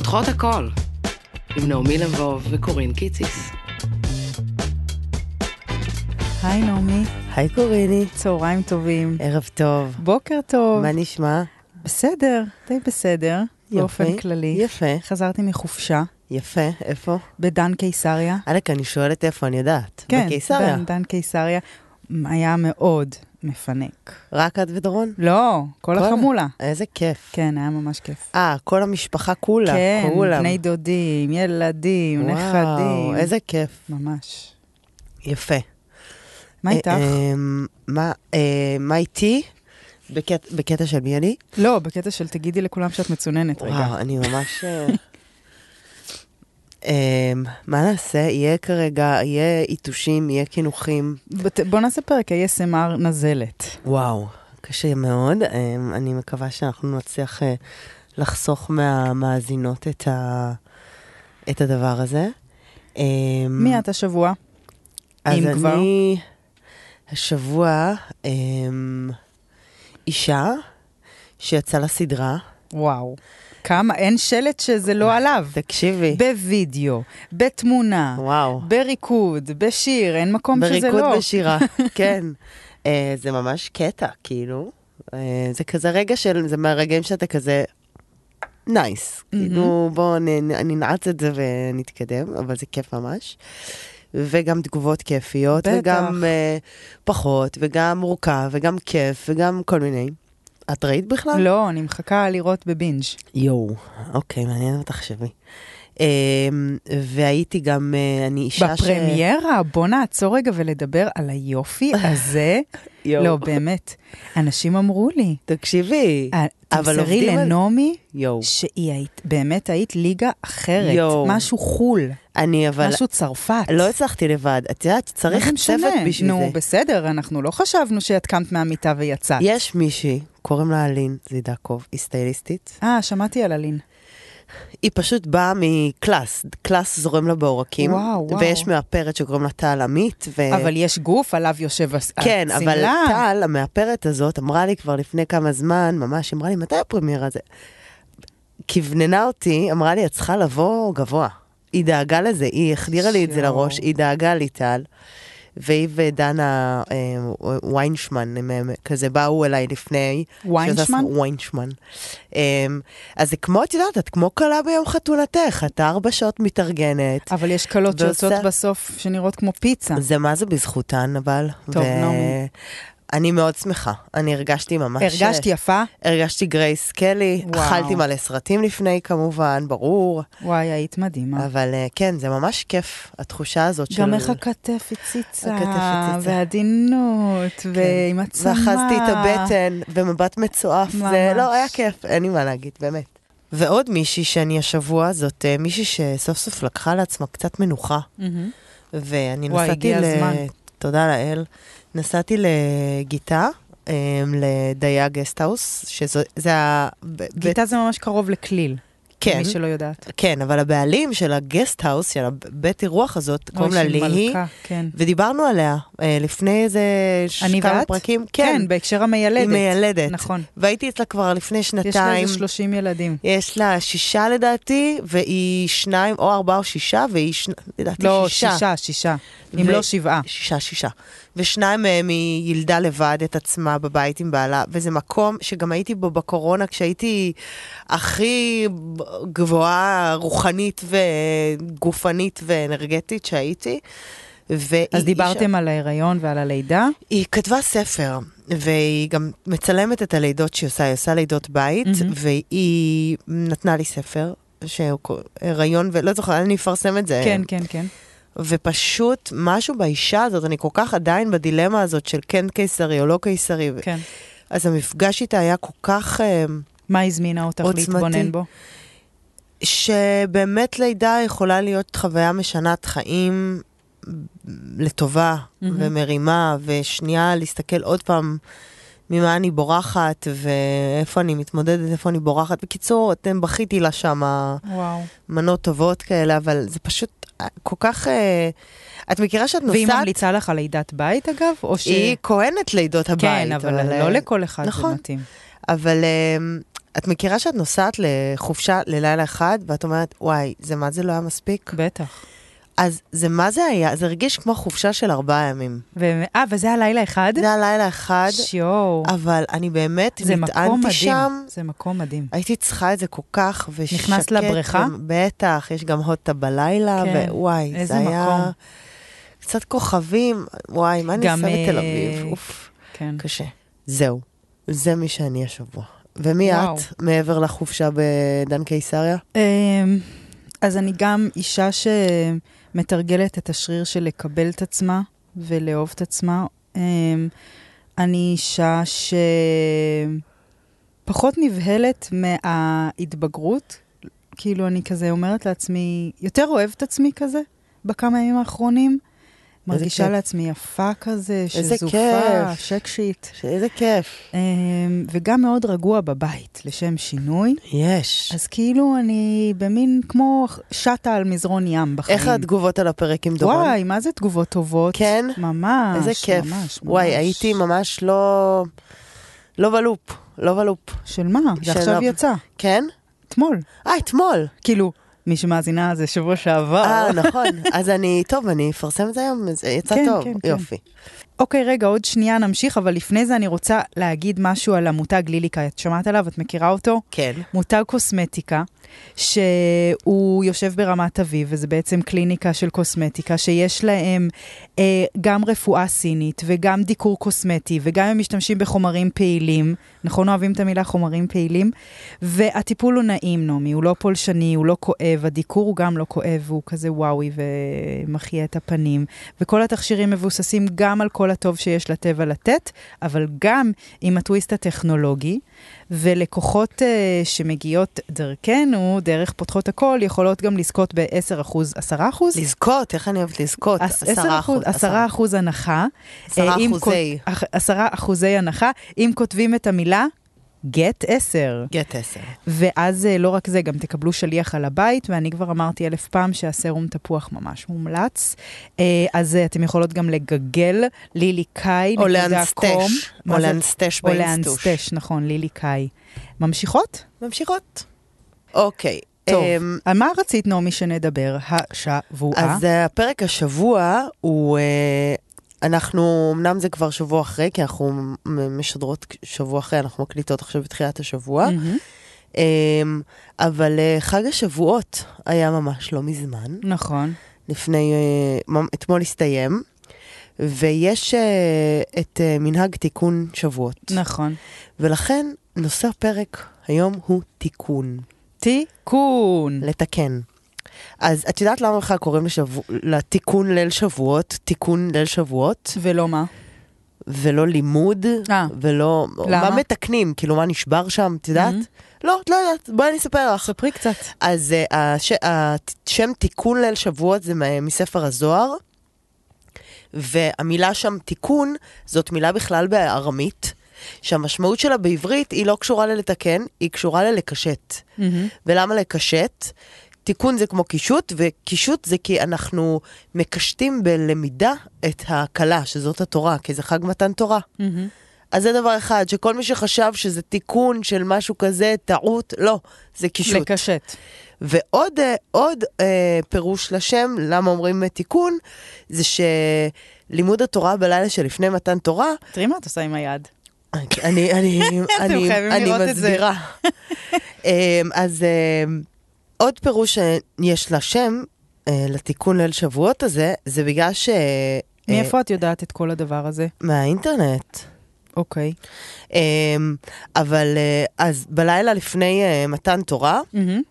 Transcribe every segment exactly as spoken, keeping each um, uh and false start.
פותחות הכל, עם נעמי לבוב וקורין קיציס. היי נעמי. היי קוריני. צהריים טובים. ערב טוב. בוקר טוב. מה נשמע? בסדר, די בסדר. יפה. באופן כללי. יפה. חזרתי מחופשה. יפה, איפה? בדן קיסריה. אלק, אני שואלת איפה, אני יודעת. כן, בקיסריה. דן, דן קיסריה. היה מאוד מפנק. רק את ודורון? לא, כל, כל החמולה. איזה כיף. כן, היה ממש כיף. אה, כל המשפחה כולה. כן, כולם. בני דודים, ילדים, וואו, נכדים. איזה כיף. ממש. יפה. מה איתך? אה, אה, מה, אה, מה איתי? בקטע, בקטע של מי אני? לא, בקטע של תגידי לכולם שאת מצוננת רגע. וואו, אני ממש... מה נעשה? יהיה כרגע, יהיה עיתושים, יהיה כינוכים. בוא נעשה פרק, אי אס אם אר נזלת. וואו, קשה מאוד. אני מקווה שאנחנו נצליח לחסוך מהמאזינות את, ה... את הדבר הזה. מי את השבוע? אז אם כבר? אני השבוע אישה שיצאה לסדרה. וואו. כמה, אין שלט שזה לא עליו. תקשיבי. בווידאו, בתמונה, וואו. בריקוד, בשיר, אין מקום שזה לא. בריקוד בשירה, כן. uh, זה ממש קטע, כאילו. Uh, זה כזה רגע של, זה מהרגעים שאתה כזה נייס. Mm-hmm. כאילו, בואו ננעץ את זה ונתקדם, אבל זה כיף ממש. וגם תגובות כיפיות, בטח. וגם uh, פחות, וגם מורכב, וגם כיף, וגם כל מיני. את ראית בכלל? לא, אני מחכה לראות בבינג'. יואו, אוקיי, מעניין מה תחשבי. והייתי גם, אני אישה ש... בפרמיירה, בוא נעצור רגע ולדבר על היופי הזה. לא, באמת. אנשים אמרו לי. תקשיבי. תמסרי לנעמי, שהיא באמת היית ליגה אחרת. משהו חול. אני אבל... משהו צרפת. לא הצלחתי לבד. את יודעת, צריך צוות בשביל זה. נו, בסדר, אנחנו לא חשבנו שאת קמת מהמיטה ויצאת. יש מישהי, קוראים לה אלין זידקוב, היא סטייליסטית. אה, שמעתי על אלין. היא פשוט באה מקלאס, קלאס זורם לה בעורקים, וואו, וואו. ויש מאפרת שקוראים לה טל עמית. ו... אבל יש גוף עליו יושב הסמלה. כן, אבל טל, המאפרת הזאת, אמרה לי כבר לפני כמה זמן, ממש, אמרה לי, מתי הפרמירה הזה? כווננה אותי, אמרה לי, את צריכה לבוא גבוה. היא דאגה לזה, היא החדירה לי את זה לראש, היא דאגה לי טל. והיא ודנה אה, ויינשמן, הם, כזה באו אליי לפני. ויינשמן? ויינשמן. אה, אז זה כמו, את יודעת, את כמו קלה ביום חתונתך, את ארבע שעות מתארגנת. אבל יש קלות ועושה... שיוצאות בסוף שנראות כמו פיצה. זה מה זה בזכותן, אבל. טוב, ו... נעמי. אני מאוד שמחה, אני הרגשתי ממש... הרגשתי יפה? הרגשתי גרייס קלי, וואו. אכלתי מלא סרטים לפני כמובן, ברור. וואי, היית מדהימה. אבל כן, זה ממש כיף, התחושה הזאת של... גם איך הכתף הציצה, והעדינות, כן. ועם עצמה. ואחזתי את הבטן, ומבט מצואף, ממש. זה לא היה כיף, אין לי מה להגיד, באמת. ועוד מישהי שאני השבוע, זאת מישהי שסוף סוף לקחה לעצמה קצת מנוחה, mm-hmm. ואני וואי, נסעתי ל... הזמן. תודה לאל. נסעתי לגיטה, לדיה גסטהאוס, שזה ה... גיטה זה ממש קרוב לכליל. כן. מי שלא יודעת. כן, אבל הבעלים של הגסטהאוס, של הבית אירוח הזאת, קוראים לה ליהי, כן. ודיברנו עליה לפני איזה כמה פרקים. כן, כן, בהקשר המיילדת. היא מיילדת. נכון. והייתי אצלה כבר לפני שנתיים. יש לה איזה שלושים ילדים. יש לה שישה לדעתי, והיא שניים, או ארבעה או שישה, והיא ש... לדעתי לא, שישה. שישה, שישה. אם ו... לא שבעה. שישה, שישה. ושניים מהם היא ילדה לבד את עצמה בבית עם בעלה, וזה מקום שגם הייתי בו בקורונה, כשהייתי הכי גבוהה, רוחנית וגופנית ואנרגטית שהייתי. אז דיברתם על ההיריון ועל הלידה? היא כתבה ספר, והיא גם מצלמת את הלידות שהיא עושה, היא עושה לידות בית, והיא נתנה לי ספר, שהוא הריון, ולא זוכר, אני אפרסם את זה. כן, כן, כן. ופשוט משהו באישה הזאת, אני כל כך עדיין בדילמה הזאת של כן קיסרי או לא קיסרי. כן. אז המפגש איתה היה כל כך... מה הזמינה אותך להתבונן בו? שבאמת לידה יכולה להיות חוויה משנת חיים לטובה mm-hmm. ומרימה, ושנייה להסתכל עוד פעם ממה אני בורחת, ואיפה אני מתמודדת, איפה אני בורחת. בקיצור, אתם בכיתי לה שם וואו. מנות טובות כאלה, אבל זה פשוט כל כך... את מכירה שאת נוסעת... והיא ממליצה לך על לידת בית, אגב? או ש... היא כהנת לידות הבית. כן, אבל, אבל לא לכל אחד נכון. זה מתאים. אבל את מכירה שאת נוסעת לחופשה ללילה אחד, ואת אומרת, וואי, זה מה זה לא היה מספיק? בטח. אז זה מה זה היה? זה הרגיש כמו חופשה של ארבעה ימים. אה, וזה הלילה אחד? זה הלילה אחד. שיו. אבל אני באמת נטענתי שם. זה מקום מדהים. הייתי צריכה את זה כל כך, ושקט. נכנס לבריכה? בטח, יש גם הוטה בלילה, ווואי, זה היה קצת כוכבים. וואי, מה אני עושה בתל אביב? אוף, קשה. זהו, זה מי שאני השבוע. ומי את, מעבר לחופשה בדן קיסריה? אז אני גם אישה שמתרגלת את השריר של לקבל את עצמה ולאהוב את עצמה. אני אישה שפחות נבהלת מההתבגרות. כאילו אני כזה אומרת לעצמי, יותר אוהבת את עצמי כזה בכמה ימים האחרונים. מרגישה לעצמי יפה כזה, שזופה, שקשית. איזה כיף. וגם מאוד רגוע בבית, לשם שינוי. יש. אז כאילו אני במין כמו שטה על מזרון ים בחיים. איך התגובות על הפרק עם דורון? וואי, מה זה תגובות טובות? כן? ממש, איזה כיף. ממש. וואי, הייתי ממש לא... לא בלופ, לא בלופ. של מה? זה עכשיו יצא. כן? אתמול. אה, אתמול. כאילו... מי שמאזינה זה שבוע שעבר. אה, נכון. אז אני, טוב, אני אפרסם את זה היום, זה יצא כן, טוב, כן, יופי. כן. אוקיי, רגע, עוד שנייה נמשיך, אבל לפני זה אני רוצה להגיד משהו על המותג ליליקה. את שמעת עליו? את מכירה אותו? כן. מותג קוסמטיקה, שהוא יושב ברמת אביב, וזה בעצם קליניקה של קוסמטיקה, שיש להם אה, גם רפואה סינית, וגם דיקור קוסמטי, וגם הם משתמשים בחומרים פעילים, נכון, אוהבים את המילה חומרים פעילים, והטיפול הוא נעים, נומי, הוא לא פולשני, הוא לא כואב, הדיקור הוא גם לא כואב, הוא כזה וואוי ומחיה את הפנים, וכל התכשירים מבוססים גם על כל הטוב שיש לטבע לתת, אבל גם עם הטוויסט הטכנולוגי, ולקוחות uh, שמגיעות דרכנו, דרך פותחות הכל, יכולות גם לזכות ב-עשרה אחוז, עשרה אחוז? לזכות? איך אני אוהבת לזכות? עשרה אחוז, עשרה אחוז הנחה. עשרה אחוזי. עשרה אחוזי הנחה, אם כותבים את המילה, גט עשר. גט עשר. ואז לא רק זה, גם תקבלו שליח על הבית, ואני כבר אמרתי אלף פעם שהסרום תפוח ממש מומלץ. אז אתם יכולות גם לגגל ליליקאי. או לאנסטש. או לאנסטש באינסטוש. או לאנסטש, נכון, ליליקאי. ממשיכות? ממשיכות. אוקיי. טוב, על מה רצית נעמי שנדבר השבוע? אז הפרק השבוע הוא... אנחנו, אמנם זה כבר שבוע אחרי, כי אנחנו משדרות שבוע אחרי, אנחנו מקליטות עכשיו בתחילת השבוע, mm-hmm. אבל חג השבועות היה ממש לא מזמן. נכון. לפני, אתמול הסתיים, ויש את מנהג תיקון שבועות. נכון. ולכן נושא הפרק היום הוא תיקון. תיקון. לתקן. אז את יודעת למה לך קוראים לשבוע, לתיקון ליל שבועות, תיקון ליל שבועות? ולא מה? ולא לימוד, 아, ולא... למה? מה מתקנים? כאילו, מה נשבר שם, את יודעת? Mm-hmm. לא, את לא יודעת, בואי אני אספר לך. ספרי קצת. אז uh, הש, השם תיקון ליל שבועות זה מספר הזוהר, והמילה שם תיקון, זאת מילה בכלל בארמית, שהמשמעות שלה בעברית היא לא קשורה ללתקן, היא קשורה ללקשט. Mm-hmm. ולמה לקשט? תיקון זה כמו קישוט, וקישוט זה כי אנחנו מקשטים בלמידה את ההקלה, שזאת התורה, כי זה חג מתן תורה. Mm-hmm. אז זה דבר אחד, שכל מי שחשב שזה תיקון של משהו כזה, טעות, לא, זה קישוט. לקשט. ועוד עוד, אה, פירוש לשם, למה אומרים תיקון, זה שלימוד התורה בלילה שלפני מתן תורה... תראי מה את עושה עם היד. אני, אני, אני, אני מסבירה. אז... עוד פירוש שיש לשם, לתיקון ליל שבועות הזה, זה בגלל ש... מאיפה את יודעת את כל הדבר הזה? מהאינטרנט. אוקיי. אבל אז בלילה לפני מתן תורה,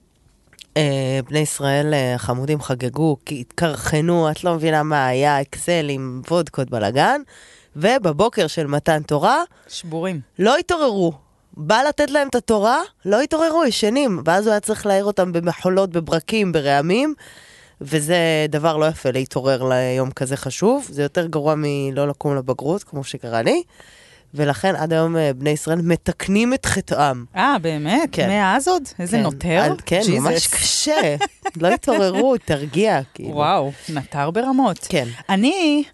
בני ישראל החמודים חגגו, כי התקרחנו, את לא מבינה מה היה, אקסל עם וודקות בלגן, ובבוקר של מתן תורה, שבורים. לא התעוררו. בא לתת להם את התורה, לא התעוררו, ישנים, ואז הוא היה צריך להעיר אותם במחולות, בברקים, ברעמים, וזה דבר לא יפה להתעורר ליום כזה חשוב, זה יותר גרוע מלא לקום לבגרות, כמו שקרה לי, ולכן עד היום בני ישראל מתקנים את חטאם. אה, באמת? כן. מאז עוד? איזה כן. נותר? על, כן, Jesus. ממש קשה. לא התעוררו, תרגיע. כאילו. וואו, נותר ברמות. כן. אני...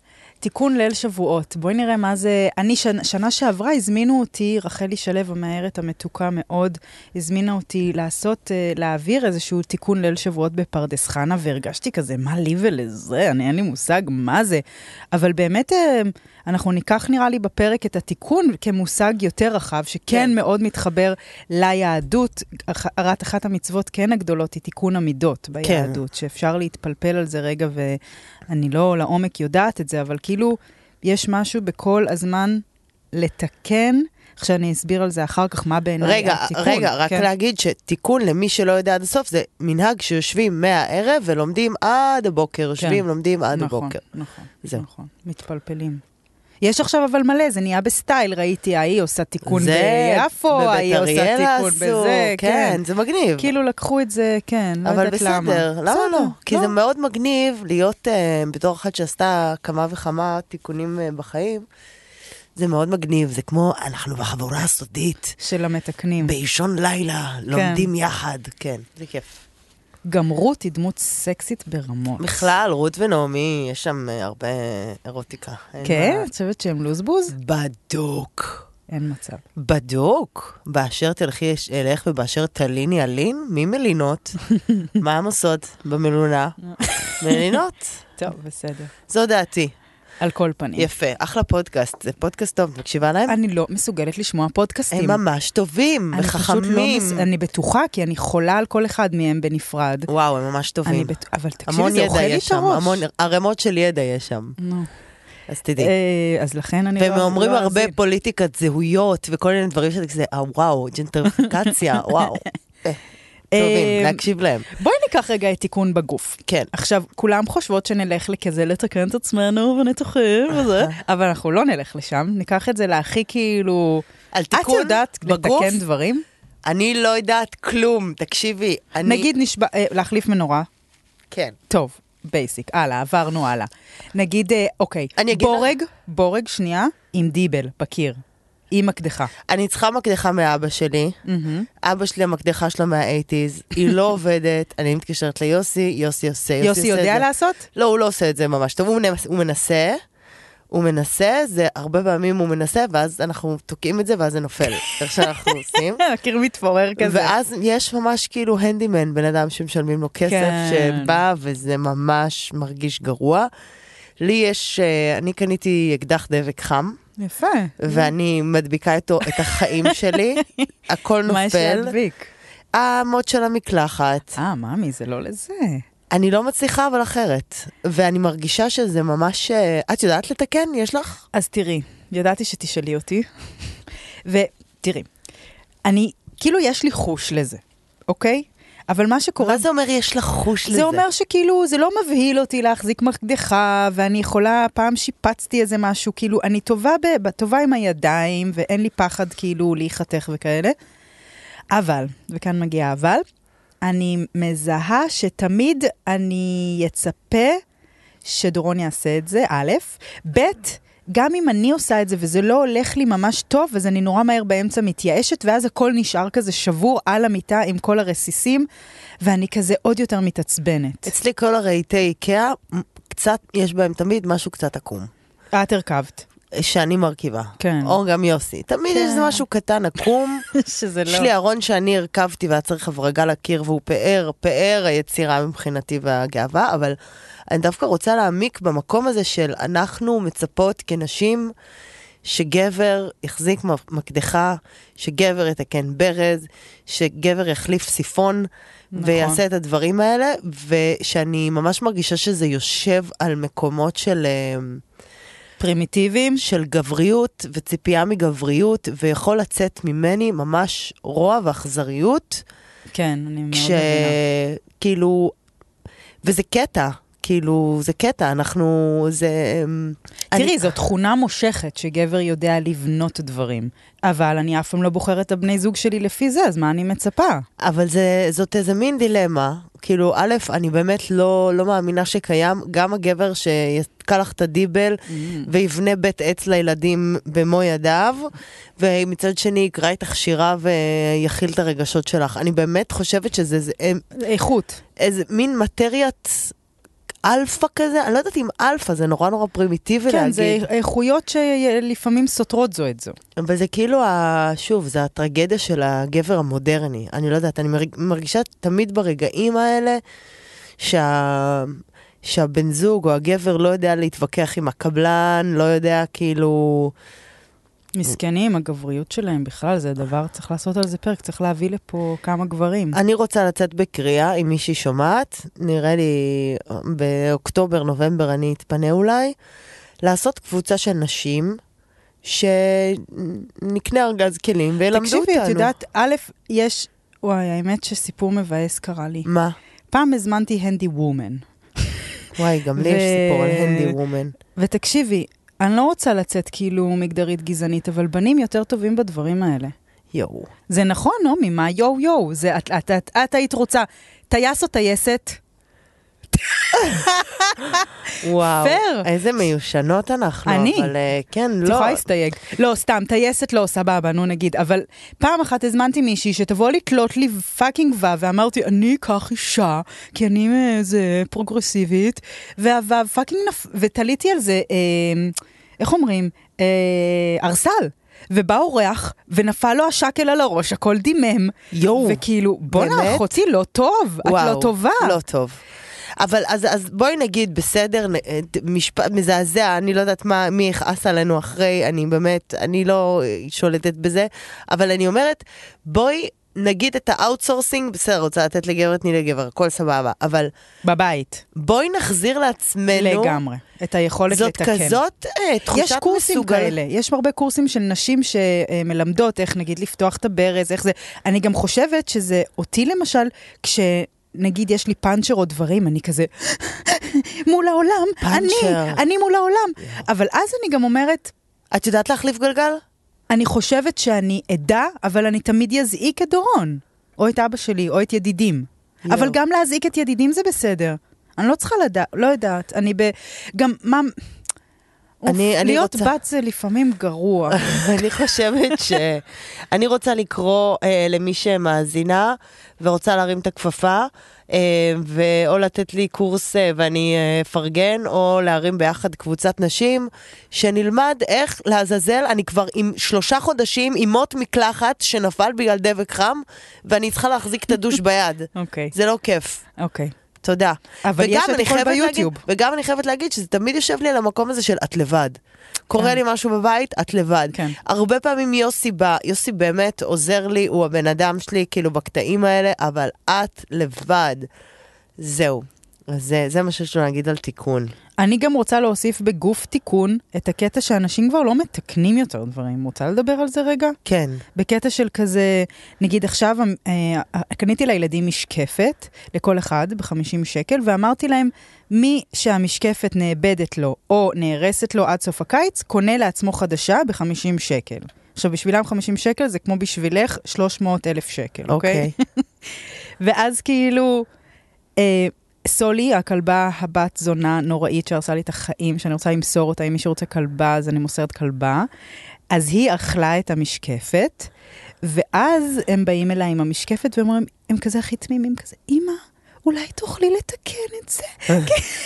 תיקון ליל שבועות. בואי נראה מה זה... אני שנה, שנה שעברה הזמינו אותי, רחלי שלו המאהרת המתוקה מאוד, הזמינה אותי לעשות, להעביר איזשהו תיקון ליל שבועות בפרדס חנה, והרגשתי כזה, מה לי ולזה? אני אין לי מושג מה זה. אבל באמת, אנחנו ניקח נראה לי בפרק את התיקון כמושג יותר רחב, שכן כן. מאוד מתחבר ליהדות. הרת אחת המצוות כן הגדולות היא תיקון המידות ביהדות, כן. שאפשר להתפלפל על זה רגע, ואני לא לעומק יודעת את זה, אבל כאילו יש משהו בכל הזמן לתקן, עכשיו אני אסביר על זה אחר כך מה בעיניי רגע, התיקון. רגע, רק כן? להגיד שתיקון למי שלא יודע עד הסוף, זה מנהג שיושבים מהערב ולומדים עד הבוקר, יושבים, כן. לומדים עד נכון, הבוקר. נכון, זהו. נכון, מתפלפלים. יש עכשיו אבל מלא, זה נהיה בסטייל, ראיתי, ההיא עושה תיקון ביפו, ההיא עושה תיקון בזה, כן. כן, זה מגניב. כאילו לקחו את זה, כן, לא יודעת למה. אבל בסדר, למה לא? כי זה מאוד מגניב להיות בתור אחת שעשתה כמה וכמה תיקונים בחיים, זה מאוד מגניב, זה כמו אנחנו בחבורה הסודית. של המתקנים. באישון לילה, לומדים יחד, כן, זה כיף. גם רות היא דמות סקסית ברמות. בכלל, רות ונעמי, יש שם הרבה אירוטיקה. כן? את חושבת שהם לוזבוז? בדוק. אין מצב. בדוק. באשר תלכי אלך ובאשר תליני אלין, מי מלינות? מה הם עושות במלונה? מלינות. טוב, בסדר. זו דעתי. על כל פנים. יפה, אחלה פודקאסט, זה פודקאסט טוב, מקשיבה להם? אני לא מסוגלת לשמוע פודקאסטים. הם ממש טובים וחכמים. לא מס... אני בטוחה, כי אני חולה על כל אחד מהם בנפרד. וואו, הם ממש טובים. בט... אבל תקשיבי, זה אוכל לי את הראש. המון ערמות של ידע יש שם. נו. אז תדעי. אז לכן אני והם לא... אומרים לא הרבה אזין. פוליטיקת זהויות, וכל מיני דברים שזה כזה, וואו, ג'נטריפיקציה, וואו. טובים, להקשיב להם. בואי ניקח רגע את תיקון בגוף. כן. עכשיו, כולם חושבות שנלך לכזה לתקן את עצמנו וניתוחים וזה, אבל אנחנו לא נלך לשם, ניקח את זה להכי כאילו... על תיקון את יודעת בגוף? לתקן דברים? אני לא יודעת כלום, תקשיבי. אני... נגיד נשבע, אה, להחליף מנורה. כן. טוב, בייסיק, הלאה, עברנו הלאה. נגיד, אה, אוקיי, בורג, לך... בורג שנייה עם דיבל בקיר. היא מקדחה. אני צריכה מקדחה מאבא שלי. אבא שלי, המקדחה שלו מה-שמונים, היא לא עובדת, אני מתקשרת ליוסי, יוסי עושה. יוסי יודע לעשות? לא, הוא לא עושה את זה ממש טוב, הוא מנסה, הוא מנסה, זה הרבה פעמים הוא מנסה, ואז אנחנו תוקעים את זה, ואז זה נופל. איך שאנחנו עושים. הקיר מתפורר כזה. ואז יש ממש כאילו הנדימן, בן אדם שמשלמים לו כסף, שבא, וזה ממש מרגיש גרוע. לי יש, אני קניתי אקדח דבק חם. יפה. ואני מדביקה איתו את החיים שלי, הכל נופל. מה יש להדביק? המוד של המקלחת. אה, מאמי, זה לא לזה. אני לא מצליחה, אבל אחרת. ואני מרגישה שזה ממש... את יודעת לתקן? יש לך? אז תראי, ידעתי שתשאלי אותי. ותראי, אני, כאילו יש לי חוש לזה, אוקיי? אבל מה שקורה... מה זה אומר יש לך חוש לזה? זה אומר שכאילו, זה לא מבהיל אותי להחזיק מקדחה, ואני יכולה, פעם שיפצתי איזה משהו, כאילו, אני טובה, ב, טובה עם הידיים, ואין לי פחד כאילו להיחתך וכאלה. אבל, וכאן מגיע אבל, אני מזהה שתמיד אני יצפה שדורון יעשה את זה, א', ב', גם אם אני עושה את זה וזה לא הולך לי ממש טוב, אז אני נורא מהר באמצע מתייאשת, ואז הכל נשאר כזה שבור על המיטה עם כל הרסיסים, ואני כזה עוד יותר מתעצבנת. אצלי כל הרהיטי איקאה, קצת, יש בהם תמיד משהו קצת עקום. את הרכבת. שאני מרכיבה. כן. או גם יוסי. תמיד כן. יש משהו קטן עקום. שזה לא. יש לי ארון שאני הרכבתי והיה צריך הברגה לקיר, והוא פאר, פאר היצירה מבחינתי והגאווה, אבל אני דווקא רוצה להעמיק במקום הזה של אנחנו מצפות כנשים שגבר יחזיק מקדחה, שגבר יתקן ברז, שגבר יחליף סיפון, נכון. ויעשה את הדברים האלה, ושאני ממש מרגישה שזה יושב על מקומות של... פרימיטיביים. של גבריות וציפייה מגבריות, ויכול לצאת ממני ממש רוע ואכזריות. כן, אני מאוד כש... מבינה. כאילו, וזה קטע, כאילו, זה קטע, אנחנו, זה... תראי, אני... זו תכונה מושכת שגבר יודע לבנות דברים, אבל אני אף פעם לא בוחרת את הבני זוג שלי לפי זה, אז מה אני מצפה? אבל זה, זאת איזה מין דילמה, כאילו, א', אני באמת לא, לא מאמינה שקיים, גם הגבר שיתקע לך את הדיבל, mm. ויבנה בית עץ לילדים במו ידיו, ומצד שני יקרא איתך שירה ויכיל את הרגשות שלך. אני באמת חושבת שזה... זה, איכות. איזה מין מטריית... אלפא כזה, אני לא יודעת אם אלפא, זה נורא נורא פרימיטיבי כן, להגיד. זה איכויות שלפעמים סותרות זו את זו. וזה כאילו, ה... שוב, זה הטרגדיה של הגבר המודרני. אני לא יודעת, אני מרגישה תמיד ברגעים האלה, שה... שהבן זוג או הגבר לא יודע להתווכח עם הקבלן, לא יודע כאילו... מסכנים, הגבריות שלהם בכלל, זה דבר, צריך לעשות על זה פרק, צריך להביא לפה כמה גברים. אני רוצה לצאת בקריאה, אם מישהי שומעת, נראה לי באוקטובר, נובמבר אני אתפנה אולי, לעשות קבוצה של נשים, שנקנה ארגז כלים וילמדו אותנו. תקשיבי, את יודעת, א', יש, וואי, האמת שסיפור מבאס קרה לי. מה? פעם הזמנתי הנדי וומן. וואי, גם לי יש סיפור על הנדי וומן. ותקשיבי, אני לא רוצה לצאת כאילו מגדרית גזענית, אבל בנים יותר טובים בדברים האלה. יואו. זה נכון, נעמי, מה יואו יואו? זה, את, את, את, את היית רוצה, טייס או טייסת? וואו. פייר. איזה מיושנות אנחנו. אני. אבל uh, כן, לא. את יכולה להסתייג. לא, סתם, טייסת לא, סבבה, נו נגיד. אבל פעם אחת הזמנתי מישהי שתבוא לתלות לי פאקינג וו, ואמרתי, אני אקח אישה, כי אני איזה פרוגרסיבית, והוו פאקינג נפ... ותליתי על זה, אה, איך אומרים? אה, ארסל. ובא אורח, ונפל לו השקל על הראש, הכל דימם. יואו. וכאילו, בוא נח, אותי לא טוב, את לא טובה. לא טוב. אבל אז, אז בואי נגיד, בסדר, משפט מזעזע, אני לא יודעת מה, מי יכעס עלינו אחרי, אני באמת, אני לא שולטת בזה, אבל אני אומרת, בואי נגיד את האוטסורסינג, בסדר, רוצה לתת לגבר, תני לגבר, הכל סבבה, אבל... בבית. בואי נחזיר לעצמנו... לגמרי, את היכולת זאת לתקן. זאת כזאת אה, תחושת מסוגל. יש קורסים מסוגל. כאלה, יש הרבה קורסים של נשים שמלמדות איך נגיד לפתוח את הברז, איך זה... אני גם חושבת שזה אותי למשל, כש... נגיד יש לי פאנצ'ר או דברים, אני כזה, מול העולם, אני, אני מול העולם. אבל אז אני גם אומרת... את יודעת להחליף גלגל? אני חושבת שאני עדה, אבל אני תמיד יזעיק את דורון. או את אבא שלי, או את ידידים. יו. אבל גם להזעיק את ידידים זה בסדר. אני לא צריכה לדעת, לא יודעת. אני ב... גם, מה... אני, אני להיות רוצה... בת זה לפעמים גרוע. אני חושבת ש... אני רוצה לקרוא אה, למי שמאזינה, ורוצה להרים את הכפפה, אה, או לתת לי קורס אה, ואני אה, פרגן, או להרים ביחד קבוצת נשים, שנלמד איך לעזאזל, אני כבר עם שלושה חודשים, עם מות מקלחת שנפל בגלל דבק חם, ואני צריכה להחזיק את הדוש ביד. אוקיי. זה לא כיף. אוקיי. תודה. אבל יש את הכל ביוטיוב. להגיד, וגם אני חייבת להגיד שזה תמיד יושב לי על המקום הזה של את לבד. קורה כן. לי משהו בבית, את לבד. כן. הרבה פעמים יוסי בא, יוסי באמת עוזר לי, הוא הבן אדם שלי, כאילו בקטעים האלה, אבל את לבד. זהו. אז זה, זה מה שיש לו להגיד על תיקון. אני גם רוצה להוסיף בגוף תיקון את הקטע שאנשים כבר לא מתקנים יותר דברים. רוצה לדבר על זה רגע? כן. בקטע של כזה, נגיד עכשיו, אה, קניתי לילדים משקפת, לכל אחד, ב-חמישים שקל, ואמרתי להם, מי שהמשקפת נאבדת לו, או נהרסת לו עד סוף הקיץ, קונה לעצמו חדשה ב-חמישים שקל. עכשיו, בשבילם חמישים שקל זה כמו בשבילך שלוש מאות אלף שקל, אוקיי? אוקיי. ואז כאילו... אה, סולי, הכלבה הבת זונה נוראית שהרסה לי את החיים, שאני רוצה למסור אותה, אם מישהו רוצה כלבה, אז אני מוסרת כלבה. אז היא אכלה את המשקפת, ואז הם באים אליי עם המשקפת, ואומרים, הם כזה הכי תמימים, כזה, אמא, אולי תוכלי לתקן את זה?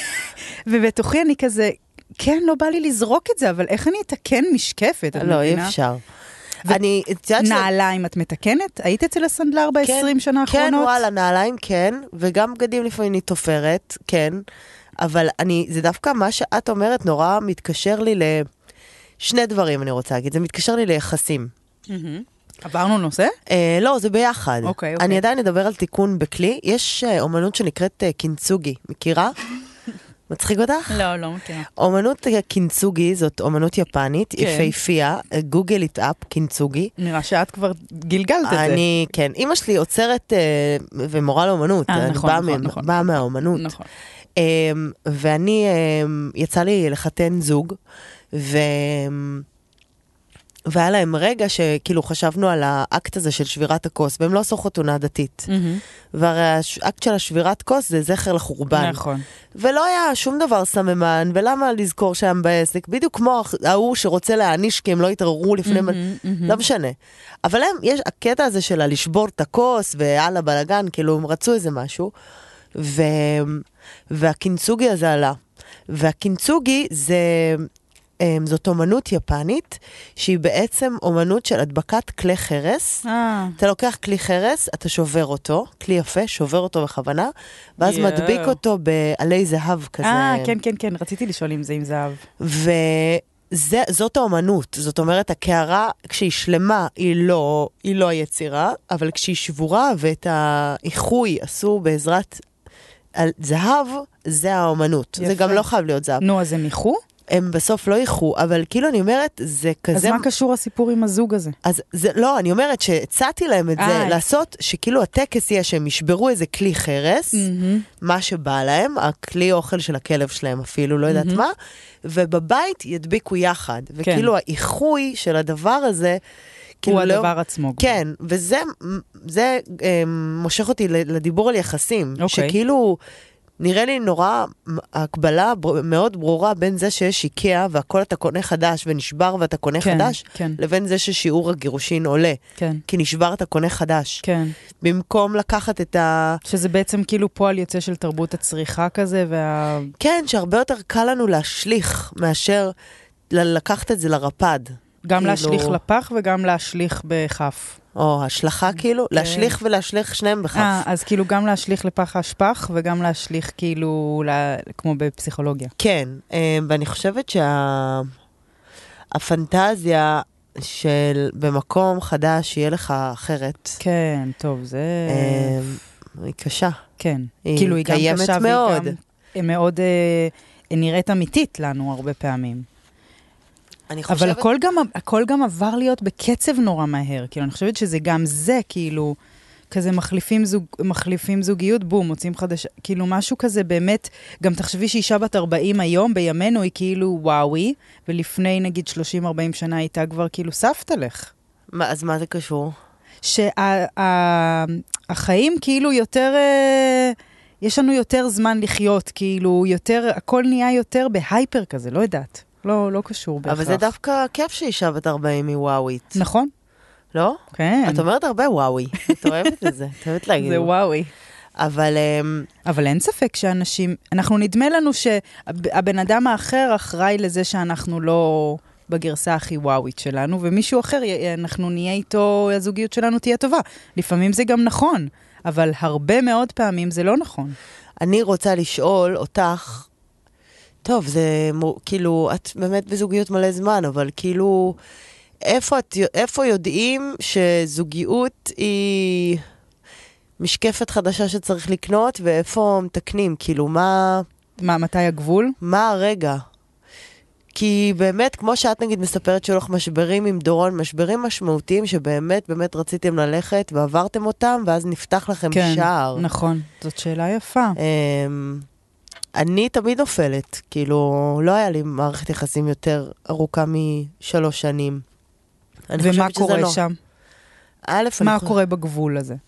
ובתוכי אני כזה, כן, לא בא לי לזרוק את זה, אבל איך אני אתקן משקפת? לא, אי אפשר. אני, נעליים את מתקנת? היית אצל הסנדלר ב-עשרים שנה האחרונות? כן, וואלה, נעליים כן, וגם בגדים לפעמים אני תופרת, כן, אבל אני, זה דווקא מה שאת אומרת נורא מתקשר לי לשני דברים, אני רוצה להגיד, זה מתקשר לי ליחסים. עברנו נושא? לא, זה ביחד. אוקיי, אוקיי. אני עדיין אדבר על תיקון בכלי, יש אומנות שנקראת קינצוגי, מכירה? מצחיק אותך? לא, לא מכירה. אומנות קינצוגי, זאת אומנות יפנית, יפהפייה, גוגל איט אפ, קינצוגי. נראה שאת כבר גלגלת את זה. אני, כן. אמא שלי עוצרת ומורה לאומנות. אה, נכון, נכון, נכון. באה מהאומנות. נכון. ואני, יצא לי לחתן זוג, ו... והיה להם רגע שכאילו חשבנו על האקט הזה של שבירת הכוס, והם לא עשו חתונה דתית. והרי האקט של השבירת כוס זה זכר לחורבן. נכון. ולא היה שום דבר סממן, ולמה לזכור שהם בעסק? בדיוק כמו ההוא שרוצה להעניש כי הם לא התעררו לפני... לא משנה. אבל הם, יש הקטע הזה של לשבור את הכוס, ועל הבלגן, כאילו הם רצו איזה משהו, ו... והקינצוגי הזה עלה. והקינצוגי זה, זאת אומנות יפנית, שהיא בעצם אומנות של הדבקת כלי חרס. אה. אתה לוקח כלי חרס, אתה שובר אותו, כלי יפה, שובר אותו בכוונה, ואז יואו. מדביק אותו בעלי זהב כזה. אה, כן, כן, כן, רציתי לשאול אם זה עם זהב. וזאת האומנות, זאת אומרת, הקערה, כשהיא שלמה, היא לא, היא לא היצירה, אבל כשהיא שבורה ואת האיחוי עשו בעזרת זהב, זה האומנות. יפה. זה גם לא חייב להיות זהב. נו, אז הם איחו? הם בסוף לא איחו, אבל כאילו אני אומרת, זה כזה... אז מה קשור הסיפור עם הזוג הזה? אז זה, לא, אני אומרת שהצעתי להם את זה, אה. לעשות שכאילו הטקס יהיה שהם ישברו איזה כלי חרס, מה שבא להם, הכלי אוכל של הכלב שלהם אפילו, לא יודעת מה, ובבית ידביקו יחד. וכאילו האיחוי של הדבר הזה, הוא הדבר עצמו. כן, וזה זה, מושך אותי לדיבור על יחסים, שכאילו... נראה לי נורא הקבלה מאוד ברורה בין זה שיש איקאה והכל אתה קונה חדש ונשבר ואתה קונה כן, חדש, כן. לבין זה ששיעור הגירושין עולה. כן. כי נשבר אתה קונה חדש. כן. במקום לקחת את ה... שזה בעצם כאילו פועל יוצא של תרבות הצריכה כזה, וה... כן, שהרבה יותר קל לנו להשליך מאשר לקחת את זה לרפד. גם כאילו... להשליך לפח וגם להשליך בחף. או השלכה כאילו, להשליך ולהשליך שניהם בחף. אה, אז כאילו גם להשליך לפח השפח, וגם להשליך כאילו, כמו בפסיכולוגיה. כן, ואני חושבת שהפנטזיה של במקום חדש יהיה לך אחרת. כן, טוב, זה... היא קשה. כן. היא כאילו היא גם קיימת קשה, מאוד. והיא גם מאוד נראית אמיתית לנו הרבה פעמים. אני חושבת... אבל הכל גם, הכל גם עבר להיות בקצב נורא מהר. כאילו, אני חושבת שזה גם זה, כאילו, כזה מחליפים, זוג, מחליפים זוגיות, בום, מוצאים חדש, כאילו משהו כזה באמת, גם תחשבי שאישה בת ארבעים היום, בימינו היא כאילו וואוי, ולפני נגיד שלושים ארבעים שנה הייתה כבר כאילו סבתא לך. מה, אז מה זה קשור? שהחיים כאילו יותר, יש לנו יותר זמן לחיות, כאילו יותר, הכל נהיה יותר בהייפר כזה, לא יודעת. לא, לא קשור בהכרח. אבל זה דווקא כיף שאישה בת ארבעים היא וואווית. נכון. לא? כן. את אומרת הרבה וואוי. את אוהבת את זה. את אוהבת להגיד. זה וואוי. אבל... אבל אין ספק שאנשים... אנחנו נדמה לנו שהבן אדם האחר אחראי לזה שאנחנו לא בגרסה הכי וואווית שלנו, ומישהו אחר, אנחנו נהיה איתו, הזוגיות שלנו תהיה טובה. לפעמים זה גם נכון, אבל הרבה מאוד פעמים זה לא נכון. אני רוצה לשאול אותך, טוב, זה כאילו, את באמת בזוגיות מלא זמן, אבל כאילו, איפה, את, איפה יודעים שזוגיות היא משקפת חדשה שצריך לקנות, ואיפה מתקנים? כאילו, מה... מה, מתי הגבול? מה הרגע? כי באמת, כמו שאת נגיד מספרת שלך משברים עם דורון, משברים משמעותיים שבאמת באמת רציתם ללכת ועברתם אותם, ואז נפתח לכם כן, שער. נכון, זאת שאלה יפה. אני תמיד נופלת, כאילו, לא היה לי מערכת יחסים יותר ארוכה משלוש שנים. ומה קורה לא. שם? א', מה קורה בגבול הזה?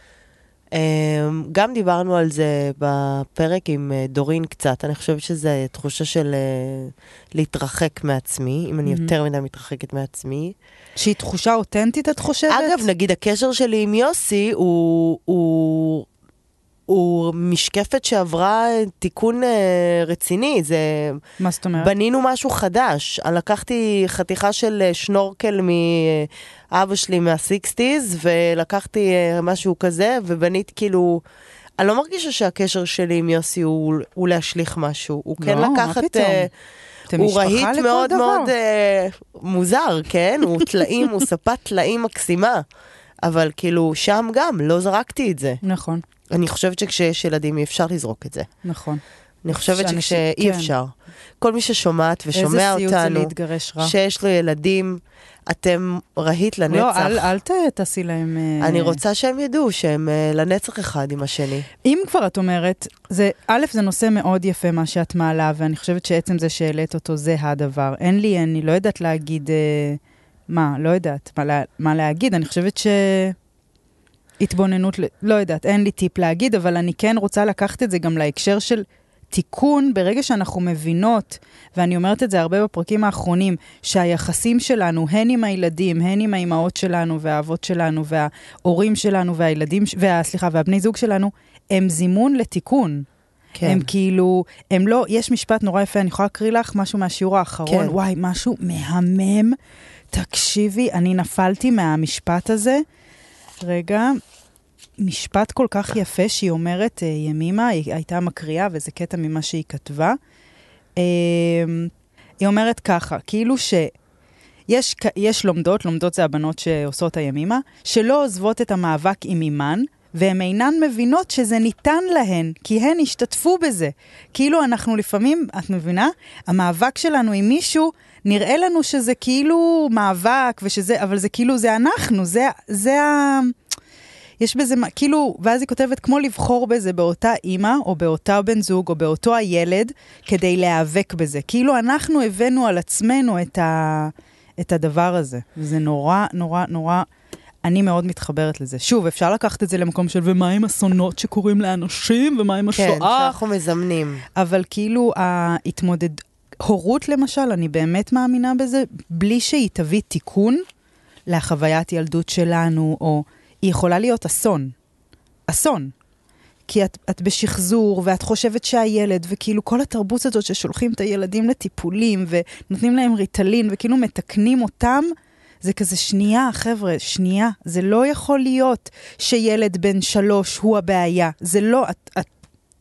גם דיברנו על זה בפרק עם דורין קצת, אני חושבת שזה תחושה של להתרחק מעצמי, אם אני יותר מדי מתרחקת מעצמי. שהיא תחושה אותנטית, את חושבת? אגב, נגיד, הקשר שלי עם יוסי הוא... הוא הוא משקפת שעברה תיקון אה, רציני. זה... מה זאת אומרת? בנינו משהו חדש. לקחתי חתיכה של שנורקל מאבא שלי מה-סיקסטיז, ולקחתי אה, משהו כזה, ובנית כאילו... אני לא מרגישה שהקשר שלי עם יוסי הוא, הוא להשליך משהו. הוא לא, כן לקחת... אה, הוא רהיט מאוד דבר. מאוד אה, מוזר, כן? הוא תלאים, הוא ספת תלאים מקסימה. אבל כאילו, שם גם, לא זרקתי את זה. נכון. אני חושבת שכשיש ילדים אי אפשר לזרוק את זה. נכון. אני חושבת שכשאי אפשר. כל מי ששומעת ושומע אותנו, שיש לו ילדים, אתם רהיט לנצח. לא, אל תעשי להם... אני רוצה שהם ידעו שהם לנצח אחד עם השני. אם כבר את אומרת, א', זה נושא מאוד יפה מה שאת מעלה, ואני חושבת שעצם זה שהעלית אותו זה הדבר. אין לי, אני לא יודעת להגיד... מה, לא יודעת מה להגיד. אני חושבת ש... התבוננות, לא יודעת, אין לי טיפ להגיד, אבל אני כן רוצה לקחת את זה גם להקשר של תיקון, ברגע שאנחנו מבינות, ואני אומרת את זה הרבה בפרקים האחרונים, שהיחסים שלנו, הן עם הילדים, הן עם האימהות שלנו, והאבות שלנו, וההורים שלנו, והילדים, וה, סליחה, והבני זוג שלנו, הם זימון לתיקון. כן. הם כאילו, הם לא, יש משפט נורא יפה, אני יכולה להקריא לך משהו מהשיעור האחרון, כן. וואי, משהו מהמם, תקשיבי, אני נפלתי מהמשפט הזה, רגע, משפט כל כך יפה שהיא אומרת, ימימה, היא הייתה מקריאה, וזה קטע ממה שהיא כתבה, היא אומרת ככה, כאילו ש... יש, יש לומדות, לומדות זה הבנות שעושות הימימה, שלא עוזבות את המאבק עם אימן, והן אינן מבינות שזה ניתן להן, כי הן השתתפו בזה. כאילו אנחנו לפעמים, את מבינה? המאבק שלנו עם מישהו, נראה לנו שזה כאילו מאבק, ושזה, אבל זה כאילו, זה אנחנו, זה, זה ה... יש בזה, כאילו, ואז היא כותבת, כמו לבחור בזה באותה אימא, או באותה בן זוג, או באותו הילד, כדי להיאבק בזה. כאילו אנחנו הבאנו על עצמנו את ה... את הדבר הזה. זה נורא, נורא, נורא, אני מאוד מתחברת לזה. שוב, אפשר לקחת את זה למקום של, ומה עם אסונות שקורים לאנשים, ומה עם השואה? כן, שאנחנו מזמנים. אבל כאילו, ההתמודד, הורות למשל, אני באמת מאמינה בזה, בלי שהיא תביא תיקון לחוויית ילדות שלנו, או היא יכולה להיות אסון. אסון. כי את, את בשחזור, ואת חושבת שהילד, וכאילו כל התרבות הזאת ששולחים את הילדים לטיפולים, ונותנים להם ריטלין, וכאילו מתקנים אותם, זה כזה שנייה, חבר'ה, שנייה. זה לא יכול להיות שילד בן שלוש הוא הבעיה. זה לא, את, את,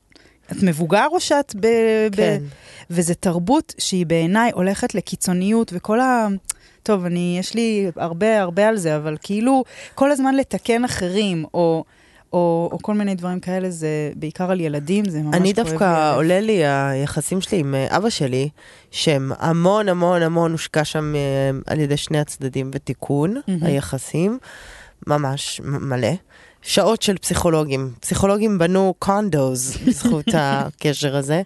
את מבוגר או שאת ב... כן. ב וזה תרבות שהיא בעיניי הולכת לקיצוניות, וכל ה... טוב, אני, יש לי הרבה, הרבה על זה, אבל כאילו, כל הזמן לתקן אחרים, או... או, או כל מיני דברים כאלה, זה בעיקר על ילדים, זה ממש כואב. אני דווקא עולה לי היחסים שלי עם אבא שלי, שהם המון המון המון הושקע שם על ידי שני הצדדים ותיקון, mm-hmm. היחסים, ממש מלא. שעות של פסיכולוגים. פסיכולוגים בנו קונדוז בזכות הקשר הזה,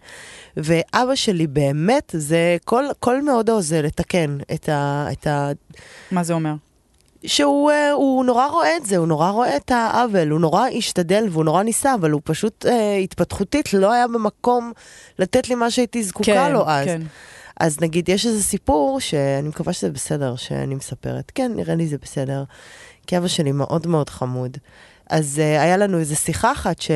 ואבא שלי באמת, זה כל, כל מאודו זה לתקן את ה... את ה... מה זה אומר? שהוא הוא נורא רואה את זה, הוא נורא רואה את העוול, הוא נורא השתדל והוא נורא ניסה, אבל הוא פשוט אה, התפתחותית לא היה במקום לתת לי מה שהייתי זקוקה כן, לו אז. כן. אז נגיד, יש איזה סיפור שאני מקווה שזה בסדר, שאני מספרת. כן, נראה לי זה בסדר. כי אבא שלי מאוד מאוד חמוד. אז אה, היה לנו איזו שיחה אחת ש...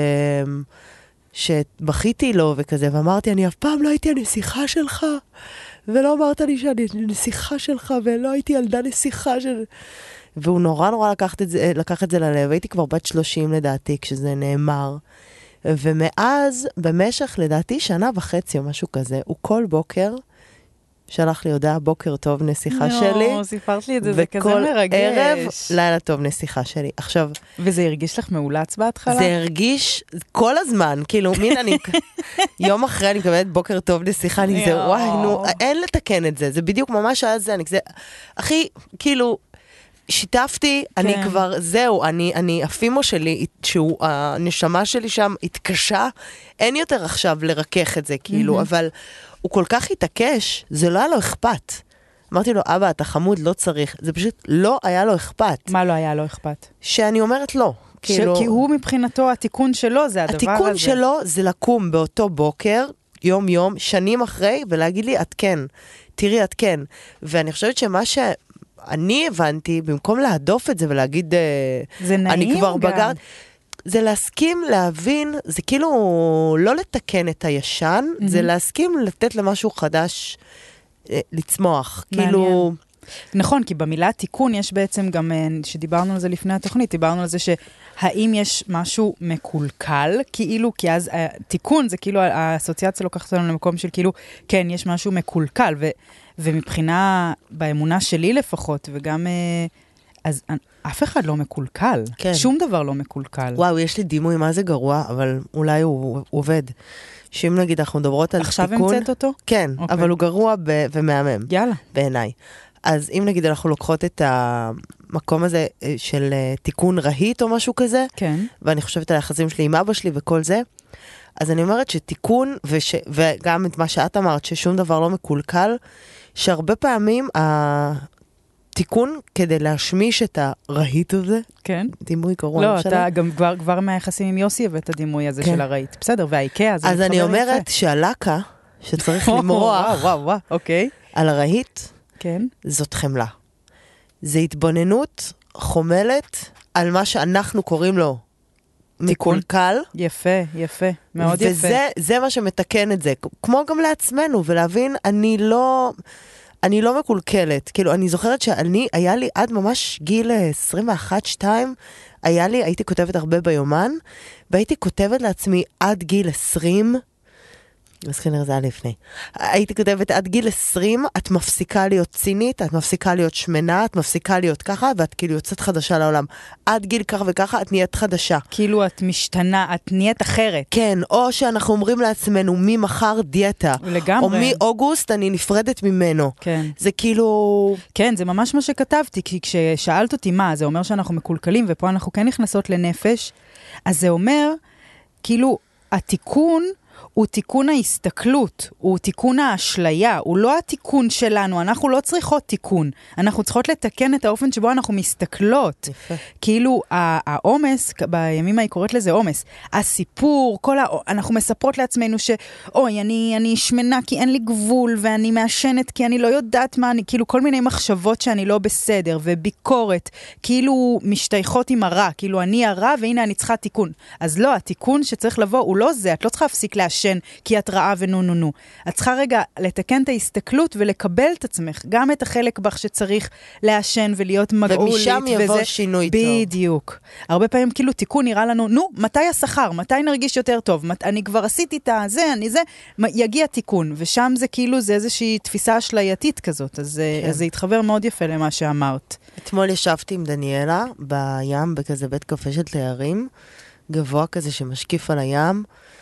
שבכיתי לו וכזה, ואמרתי, אני אף פעם לא הייתי הנסיכה שלך, ולא אמרת לי שאני נסיכה שלך, ולא הייתי ילדה נסיכה של... והוא נורא נורא לקח את זה, לקח את זה ללב. הייתי כבר בת שלושים לדעתי כשזה נאמר. ומאז, במשך לדעתי שנה וחצי או משהו כזה, הוא כל בוקר שלח לי הודעה, בוקר טוב נסיכה שלי. נו, סיפרת לי את זה, זה כזה מרגש. וכל ערב, לילה טוב נסיכה שלי. עכשיו... וזה הרגיש לך מאולץ בהתחלה? זה הרגיש כל הזמן, כאילו, מין אני... יום אחרי אני מקבלת בוקר טוב נסיכה, אני זה, וואי, נו, אין לתקן את זה. זה בדיוק ממש היה זה, אני כזה... אחי, כאילו... שיתפתי, אני כבר, זהו, אני, אני, הפימו שלי, שהוא, הנשמה שלי שם התקשה, אין יותר עכשיו לרכך את זה, כאילו, אבל הוא כל כך התעקש, זה לא היה לו אכפת. אמרתי לו, אבא, אתה חמוד, לא צריך. זה פשוט לא היה לו אכפת. מה לא היה לו אכפת? שאני אומרת לא. כאילו... כי הוא מבחינתו, התיקון שלו זה הדבר הזה. התיקון שלו זה לקום באותו בוקר, יום יום, שנים אחרי, ולהגיד לי, את כן. תראי, את כן. ואני חושבת שמה ש... אני הבנתי, במקום להדוף את זה ולהגיד, זה נעים אני כבר גם. בגר, זה להסכים להבין, זה כאילו לא לתקן את הישן, mm-hmm. זה להסכים לתת למשהו חדש לצמוח. מעניין. כאילו... נכון, כי במילה תיקון יש בעצם גם, שדיברנו על זה לפני התוכנית, דיברנו על זה שהאם יש משהו מקולקל, כאילו, כי אז תיקון זה כאילו, האסוציאציה לוקחת לנו למקום של כאילו, כן, יש משהו מקולקל, ו... ומבחינה, באמונה שלי לפחות, וגם, אז אף אחד לא מקולקל. כן. שום דבר לא מקולקל. וואו, יש לי דימוי מה זה גרוע, אבל אולי הוא, הוא עובד. שאם נגיד אנחנו מדברות על עכשיו תיקון... עכשיו המצאת אותו? כן, okay. אבל הוא גרוע ב- ומהמם. יאללה. בעיניי. אז אם נגיד אנחנו לוקחות את המקום הזה של תיקון רהיט או משהו כזה, כן. ואני חושבת על היחסים שלי עם אבא שלי וכל זה, אז אני אומרת שתיקון, וש... וגם את מה שאת אמרת, ששום דבר לא מקולקל, שהרבה פעמים התיקון כדי להשמיש את הרהיט הזה, כן. דימוי גרוע. לא, אתה שלה. גם כבר, כבר מהיחסים עם יוסי הבאת הדימוי הזה כן. של הרהיט. בסדר, והאיקאה, אז, אז אני אומרת יפה. שהלקה, שצריך למרוח וואו, וואו, וואו, אוקיי. על הרהיט, כן. זאת חמלה. זה התבוננות חומלת על מה שאנחנו קוראים לו מקולקל. יפה, יפה, מאוד יפה. וזה זה מה שמתקן את זה. כמו גם לעצמנו, ולהבין, אני לא... אני לא מקולקלת. כאילו, אני זוכרת שאני, היה לי עד ממש גיל עשרים ואחת שתיים, היה לי, הייתי כותבת הרבה ביומן, והייתי כותבת לעצמי עד גיל עשרים, אז כנראה זה היה לפני. הייתי כותבת עד גיל עשרים, את מפסיקה להיות צינית, את מפסיקה להיות שמנה, את מפסיקה להיות ככה, ואת כאילו יוצאת חדשה לעולם. עד גיל כך וככה, את נהיית חדשה. כאילו את משתנה, את נהיית אחרת. כן, או שאנחנו אומרים לעצמנו, ממחר דיאטה. לגמרי. או מאוגוסט אני נפרדת ממנו. כן. זה כאילו... כן, זה ממש מה שכתבתי, כי כששאלת אותי מה, זה אומר שאנחנו מקולקלים, ופה אנחנו כן נכנסות לנפש, אז זה אומר, כאילו, התיקון... הוא תיקון ההסתכלות, הוא תיקון האשליה, הוא לא התיקון שלנו, אנחנו לא צריכות תיקון, אנחנו צריכות לתקן את האופן שבו אנחנו מסתכלות. יפה. כאילו, העומס, בימים היא קוראת לזה עומס, הסיפור, כל ה... אנחנו מספרות לעצמנו ש, אוי, אני, אני שמנה כי אין לי גבול, ואני מעשנת כי אני לא יודעת מה אני, כאילו כל מיני מחשבות שאני לא בסדר, וביקורת, כאילו משתייכות עם הרע, כאילו אני הרע, והנה אני צריכה תיקון. אז לא, התיקון שצריך לבוא, הוא לא זה, את לא צריכה להפסיק לעשן, כי את רעה ונו נו נו. את צריכה רגע לתקן את ההסתכלות ולקבל את עצמך, גם את החלק בך שצריך לעשן ולהיות מגעולית. ומשם יבוא וזה... שינוי בדיוק. טוב. בדיוק. הרבה פעמים כאילו תיקון נראה לנו, נו, מתי השכר? מתי נרגיש יותר טוב? מת... אני כבר עשיתי את זה, אני זה, יגיע תיקון. ושם זה כאילו, זה איזושהי תפיסה אשלייתית כזאת. אז, כן. אז זה התחבר מאוד יפה למה שאמרת. אתמול ישבתי עם דניאלה בים, בכזה בית קפה של תיירים, גבוה כזה שמשקיף על הים,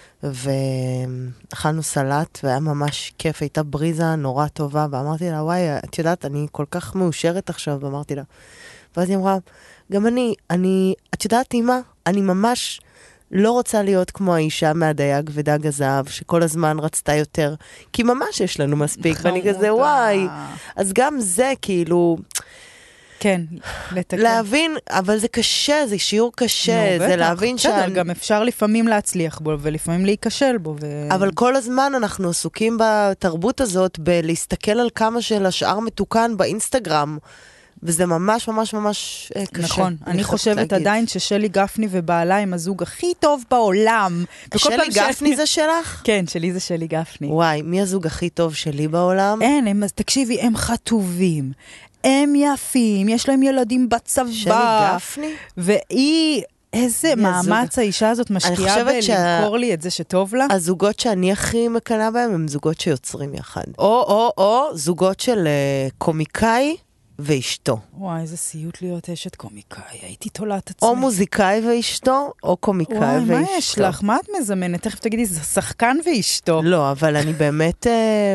ואכלנו סלט, והיה ממש כיף, הייתה בריזה נורא טובה, ואמרתי לה, וואי, את יודעת, אני כל כך מאושרת עכשיו, ואמרתי לה, ואז היא אמרה, גם אני, אני, את יודעת, אמא, אני ממש לא רוצה להיות כמו האישה מהדייג ודג הזהב, שכל הזמן רצתה יותר, כי ממש יש לנו מספיק, ואני כזה, וואי, אז גם זה כאילו... כן, לתקן. להבין, אבל זה קשה, זה שיעור קשה, זה להבין ש... בסדר, גם אפשר לפעמים להצליח בו, ולפעמים להיכשל בו. אבל כל הזמן אנחנו עסוקים בתרבות הזאת, בלהסתכל על כמה של השאר מתוקן באינסטגרם, וזה ממש ממש ממש קשה. נכון, אני חושבת עדיין ששלי גפני ובעלה הם הזוג הכי טוב בעולם. שלי גפני זה שלך? כן, שלי זה שלי גפני. וואי, מי הזוג הכי טוב שלי בעולם? אין, תקשיבי, הם חטובים. הם יפים, יש להם ילדים בצבא. שלי גפני? והיא, איזה מאמץ האישה הזאת משקיעה בלמכור לי את זה שטוב לה. הזוגות שאני הכי מקנה בהם הם זוגות שיוצרים יחד. או, או, או, זוגות של קומיקאי ואשתו. וואי, איזה סיוט להיות אשת קומיקאי. הייתי תולעת עצמי. או מוזיקאי ואשתו, או קומיקאי ואשתו. וואי, מה יש לך? מה את מזמנת? תכף תגידי, זה שחקן ואשתו. לא, אבל אני באמת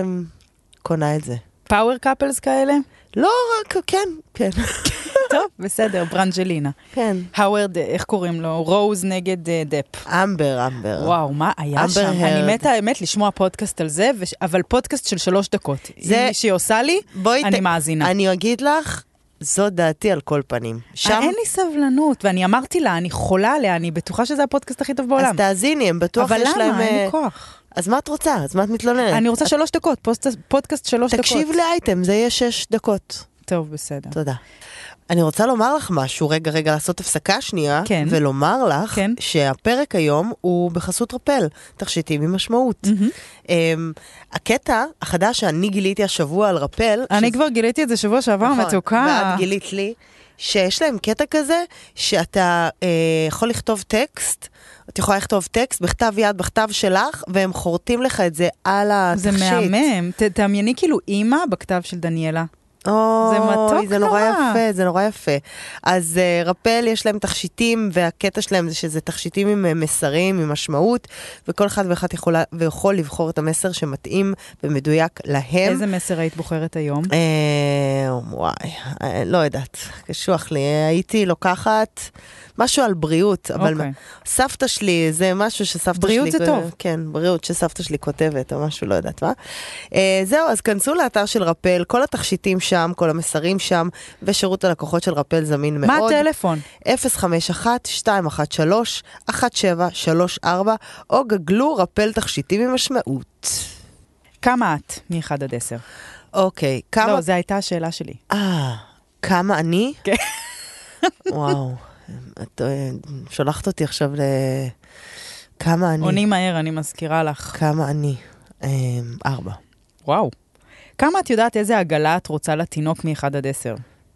קונה את זה. פאוור קאפלס כאלה? לא, רק, כן, כן. טוב, בסדר, ברנג'לינה. כן. האוורד, איך קוראים לו? רוז נגד דפ. אמבר, אמבר. וואו, מה היה שם? אני מתה, האמת, לשמוע פודקאסט על זה, אבל פודקאסט של שלוש דקות. אם מישהי עושה לי, אני מאזינה. אני אגיד לך, זו דעתי על כל פנים. אין לי סבלנות, ואני אמרתי לה, אני חולה עליה, אני בטוחה שזה הפודקאסט הכי טוב בעולם. אז תאזיני, הם בטוח יש להם... אבל למה? אין לי כוח. אז מה את רוצה? אז מה את מתלוננת? אני רוצה שלוש דקות, פודקאסט שלוש דקות. תקשיב לאייטם, זה יהיה שש דקות. טוב, בסדר. תודה. אני רוצה לומר לך משהו, רגע, רגע, לעשות הפסקה שנייה, כן. ולומר לך כן. שהפרק היום הוא בחסות רפל, תכשיטים עם משמעות. Mm-hmm. Um, הקטע החדש שאני גיליתי השבוע על רפל... אני שזה... כבר גיליתי את זה שבוע שעבר, נכון, מתוקה. ואת גילית לי, שיש להם קטע כזה, שאתה uh, יכול לכתוב טקסט, את יכולה לכתוב טקסט בכתב יד, בכתב שלך, והם חורטים לך את זה על התכשיט. זה מהמם. ת, תעמייני כאילו אימא בכתב של דניאלה. או, זה מתוק זה נורא יפה, זה נורא יפה. אז uh, רפל יש להם תכשיטים, והקטע שלהם זה שזה תכשיטים עם uh, מסרים, עם משמעות, וכל אחד ואחד יכול, ויכול לבחור את המסר שמתאים ומדויק להם. איזה מסר היית בוחרת היום? אה, וואי, אה, לא יודעת, קשוח לי. הייתי לוקחת משהו על בריאות, אבל okay. סבתא שלי, זה משהו שסבתא בריאות שלי... בריאות זה טוב. כן, בריאות שסבתא שלי כותבת, או משהו, לא יודעת מה. אה, זהו, אז כנסו לאתר של רפל, כל התכשיטים שם, כל המסרים שם, ושירות הלקוחות של רפל זמין מאוד. מה הטלפון? אפס חמש אחת שתיים אחת שלוש אחת שבע שלוש ארבע, או גגלו רפל תכשיטים עם משמעות. כמה את מ-אחד עד עשר? אוקיי, כמה... לא, זו הייתה השאלה שלי. אה, כמה אני? כן. וואו. את שולחת אותי עכשיו לכמה אני. עוני מהר, אני מזכירה לך. כמה אני. ארבע. וואו. כמה את יודעת איזה עגלה את רוצה לתינוק מ-אחד עד עשר?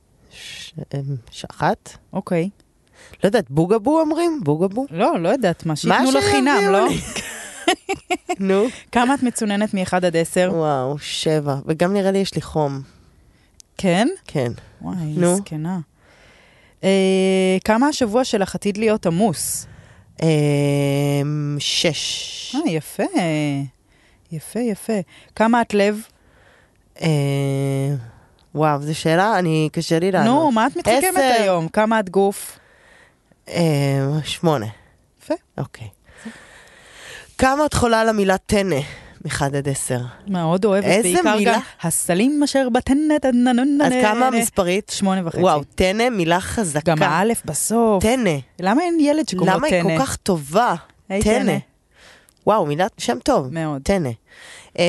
שחת? אוקיי. לא יודעת, בוגבו אומרים? בוגבו? לא, לא יודעת, מה שיתנו לו חינם, לא? נו. כמה את מצוננת מ-אחד עד עשר? וואו, שבע. וגם נראה לי יש לי חום. כן? כן. וואי, נו. סכנה. אה, כמה השבוע שלך עתיד להיות עמוס? אה, שש. אה, יפה. יפה, יפה. כמה את לב? אה, וואו, זו שאלה, אני קשה לי לענות. נו, מה את מתחכמת עשר. היום? כמה את גוף? אה, שמונה. יפה. אוקיי. כמה את חולה על המילה תנה? אחד עד עשר. מאוד אוהבת. איזה בעיקר מילה? גם הסלים אשר בתנת. אז כמה המספרית? שמונה וחצי. וואו, תנה, מילה חזקה. גם האלף בסוף. תנה. למה אין ילד שקורא תנה? למה היא כל כך טובה? היי, תנה. תנה. וואו, מילה, שם טוב. מאוד. תנה. אה,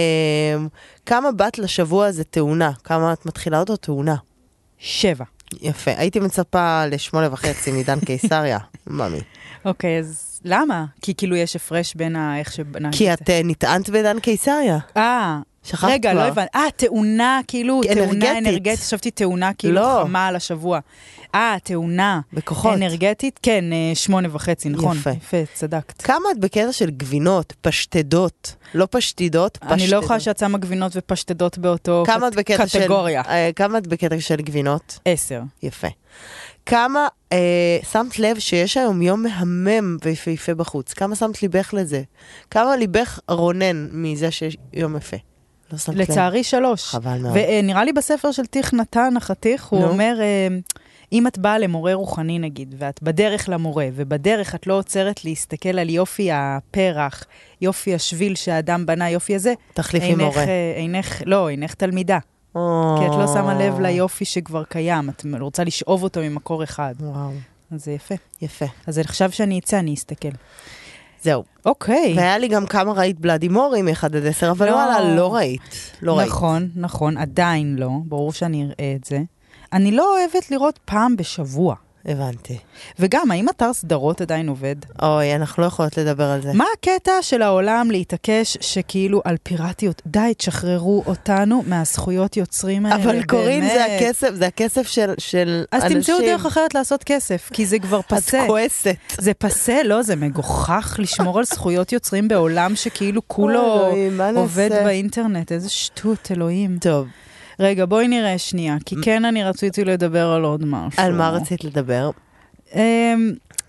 כמה בת לשבוע זה תאונה? כמה את מתחילה אותו? תאונה. שבע. יפה. הייתי מצפה לשמונה וחצי מדן קיסריה. ממי. אוקיי, אז למה? כי כאילו יש הפרש בין ה... איך שבנה... כי את אה, נטענת בדן קיסריה. אה, שכחת רגע, כבר. לא הבנתי. אה, תאונה, כאילו, תאונה אנרגטית. אנרגטית. חשבתי תאונה, כאילו, לא. חמה על השבוע. אה, תאונה. בכוחות. אנרגטית? כן, אה, שמונה וחצי, נכון. יפה. יפה, צדקת. כמה את בקטע של גבינות, פשטדות, לא פשטידות, פשטדות. אני לא יכולה שאת שמה גבינות ופשטדות באותו כמה את בקטע של... קטגוריה. אה, כמה את בקטע של גבינות? עשר. יפה. כמה אה, שמת לב שיש היום יום מהמם ויפהפה בחוץ? כמה שמת ליבך לזה? כמה ליבך רונן מזה שיש יום יפה? לא שמת לב. לצערי שלוש. חבל מאוד. ונראה לי בספר של תיך נתן החתיך, הוא נו. אומר, אה, אם את באה למורה רוחני נגיד, ואת בדרך למורה, ובדרך את לא עוצרת להסתכל על יופי הפרח, יופי השביל שהאדם בנה, יופי הזה, תחליפי אינך, מורה. אה, אינך, לא, אינך תלמידה. כי את לא שמה לב ליופי שכבר קיים, את רוצה לשאוב אותו ממקור אחד. וואו, אז זה יפה. יפה. אז עכשיו שאני אצא, אני אסתכל. זהו. אוקיי. והיה לי גם כמה ראית בלאדי מורי מ-אחד עד עשר, אבל לא. וואלה, לא ראית. לא ראית. נכון, נכון, עדיין לא, ברור שאני אראה את זה. אני לא אוהבת לראות פעם בשבוע. הבנתי. וגם, האם אתר סדרות עדיין עובד? אוי, אנחנו לא יכולות לדבר על זה. מה הקטע של העולם להתעקש שכאילו על פיראטיות? די, תשחררו אותנו מהזכויות יוצרים האלה. אבל קורין, באמת. זה הכסף, זה הכסף של, של אז אנשים. תמצאו דרך אחרת לעשות כסף, כי זה כבר פסה. את כועסת. זה פסה, לא, זה מגוחך לשמור על זכויות יוצרים בעולם שכאילו כולו אלוהים, מה עובד נעשה? באינטרנט. איזה שטות, אלוהים. טוב, רגע, בואי נראה שנייה, כי כן אני רציתי לדבר על עוד משהו. על מה רצית לדבר? אמ,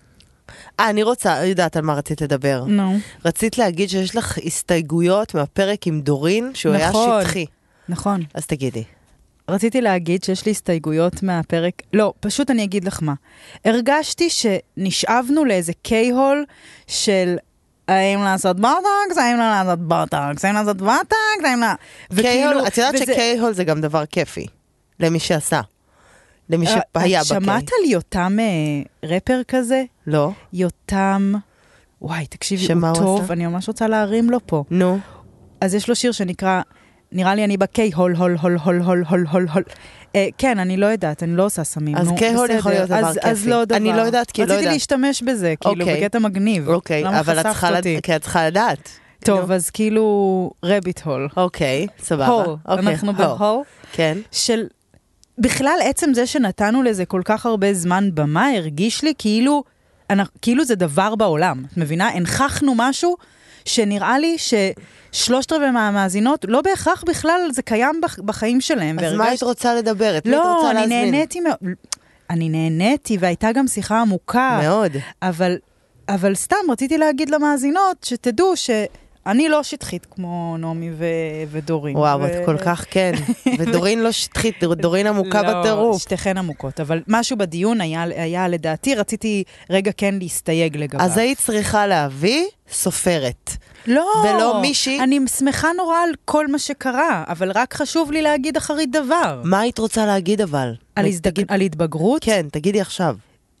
אה, אני רוצה, יודעת על מה רצית לדבר. נו, רצית להגיד שיש לך הסתייגויות מהפרק עם דורין, שהוא היה נכון. שטחי. נכון. אז תגידי. רציתי להגיד שיש לי הסתייגויות מהפרק, לא, פשוט אני אגיד לך מה. הרגשתי שנשאבנו לאיזה קי-הול של האם לעשות בוטוקס, האם לא לעשות בוטוקס, האם לעשות בוטוקס, האם לא... קי-הול, את יודעת וזה- שקי-הול זה גם דבר כיפי. למי שעשה. למי שהיה את בקיי. שמעת על יותם אה, רפר כזה? לא? יותם, וואי, תקשיבי, שמה הוא הוא טוב, עשה? אני ממש רוצה להרים לו פה. נו. אז יש לו שיר שנקרא, נראה לי אני בקיי, הול, הול, הול, הול, הול, הול, הול, הול. אה, כן, אני לא יודעת, אני לא עושה סמים. אז נו, קיי-הול בסדר. יכול להיות דבר אז- כיפי. אז לא דבר. אני לא יודעת, כי לא רציתי יודעת. להשתמש בזה, כאילו, אוקיי. בקטע מגניב. אוקיי, למה אבל את חשפת צריכה אותי? לד- כי את צריכה לדעת. טוב, נו. אז כאילו, רביט הול. אוקיי, סבבה. הול, אוקיי, אנחנו הול. בהול. כן. של, בכלל עצם זה שנתנו לזה כל כך הרבה זמן במה, הרגיש לי כאילו, אנחנו- כאילו זה דבר בעולם, את מבינה? הנכחנו משהו שנראה לי ששלושת רבעי מהמאזינות, לא בהכרח בכלל זה קיים בח- בחיים שלהם. אז מה והרגשתי- היית רוצה לדבר? את מי היית לא, רוצה אני להזמין? נהניתי מאוד. אני נהניתי, והייתה גם שיחה עמוקה. מאוד. אבל, אבל סתם רציתי להגיד למאזינות, שתדעו שאני לא שטחית כמו נעמי ו- ודורין. וואו, ו- את כל כך כן. ודורין לא שטחית, דורין עמוקה לא, בטירוף. שתיכן עמוקות, אבל משהו בדיון היה, היה לדעתי, רציתי רגע כן להסתייג לגביו. אז היית צריכה להביא סופרת. לא, ולא מישהי- אני שמחה נורא על כל מה שקרה, אבל רק חשוב לי להגיד אחרית דבר. מה היית רוצה להגיד אבל? על, תגיד- הזדג... על התבגרות? כן, תגידי עכשיו.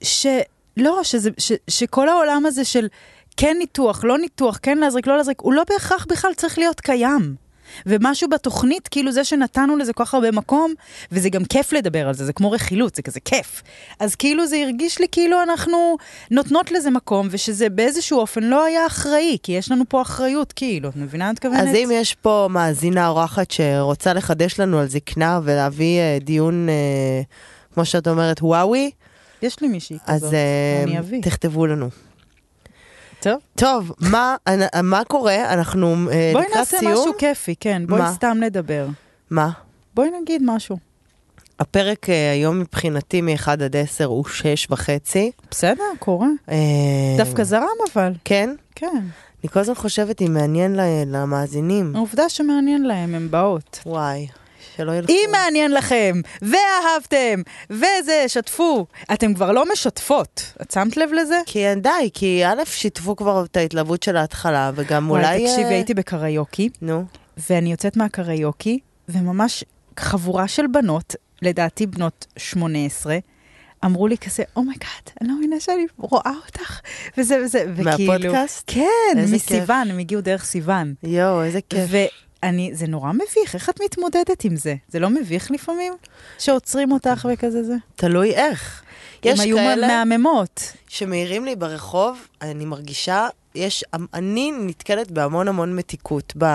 שלא, שזה, ש... שכל העולם הזה של כן ניתוח, לא ניתוח, כן להזריק, לא להזריק, הוא לא בהכרח בכלל צריך להיות קיים. ומשהו בתוכנית, כאילו זה שנתנו לזה כל כך הרבה מקום, וזה גם כיף לדבר על זה, זה כמו רכילות, זה כזה כיף. אז כאילו זה הרגיש לי כאילו אנחנו נותנות לזה מקום, ושזה באיזשהו אופן לא היה אחראי, כי יש לנו פה אחריות, כאילו, את מבינה את כוונת? אז אם יש פה מאזינה אורחת שרוצה לחדש לנו על זקנה, ולהביא uh, דיון, uh, כמו שאת אומרת, וואוי, יש לי מישהי כזאת, אז uh, אני אביא. תכתבו לנו. טוב. טוב, מה, מה קורה? אנחנו uh, לקראת סיום. בואי נעשה משהו כיפי, כן. בואי מה? סתם נדבר. מה? בואי נגיד משהו. הפרק uh, היום מבחינתי מ-אחד עד עשר הוא שש וחצי. בסדר, קורה. Uh, דווקא זרם אבל. כן? כן. אני כל הזמן חושבת אם מעניין למאזינים. העובדה שמעניין להם, הם באות. וואי, שלא ילכו. אם מעניין לכם, ואהבתם, וזה, שתפו. אתם כבר לא משתפות. את שמת לב לזה? כי די, כי א' שיתפו כבר את ההתלהבות של ההתחלה, וגם וואי, אולי... תקשיבי, הייתי בקריוקי, נו. ואני יוצאת מהקריוקי, וממש חבורה של בנות, לדעתי בנות שמונה עשרה, אמרו לי כזה, אומייגאד, אני לא מבינה שאני רואה אותך, וזה וזה, וכאילו... מהפודקאסט? כן, איזה מסיוון, הם הגיעו דרך סיוון. יואו, איזה כיף. ואני, זה נורא מביך, איך את מתמודדת עם זה? זה לא מביך לפעמים? שעוצרים אותך וכזה זה? תלוי איך. הם היו מהממות. שמעירים לי ברחוב, אני מרגישה, יש, אני נתקלת בהמון המון מתיקות ב...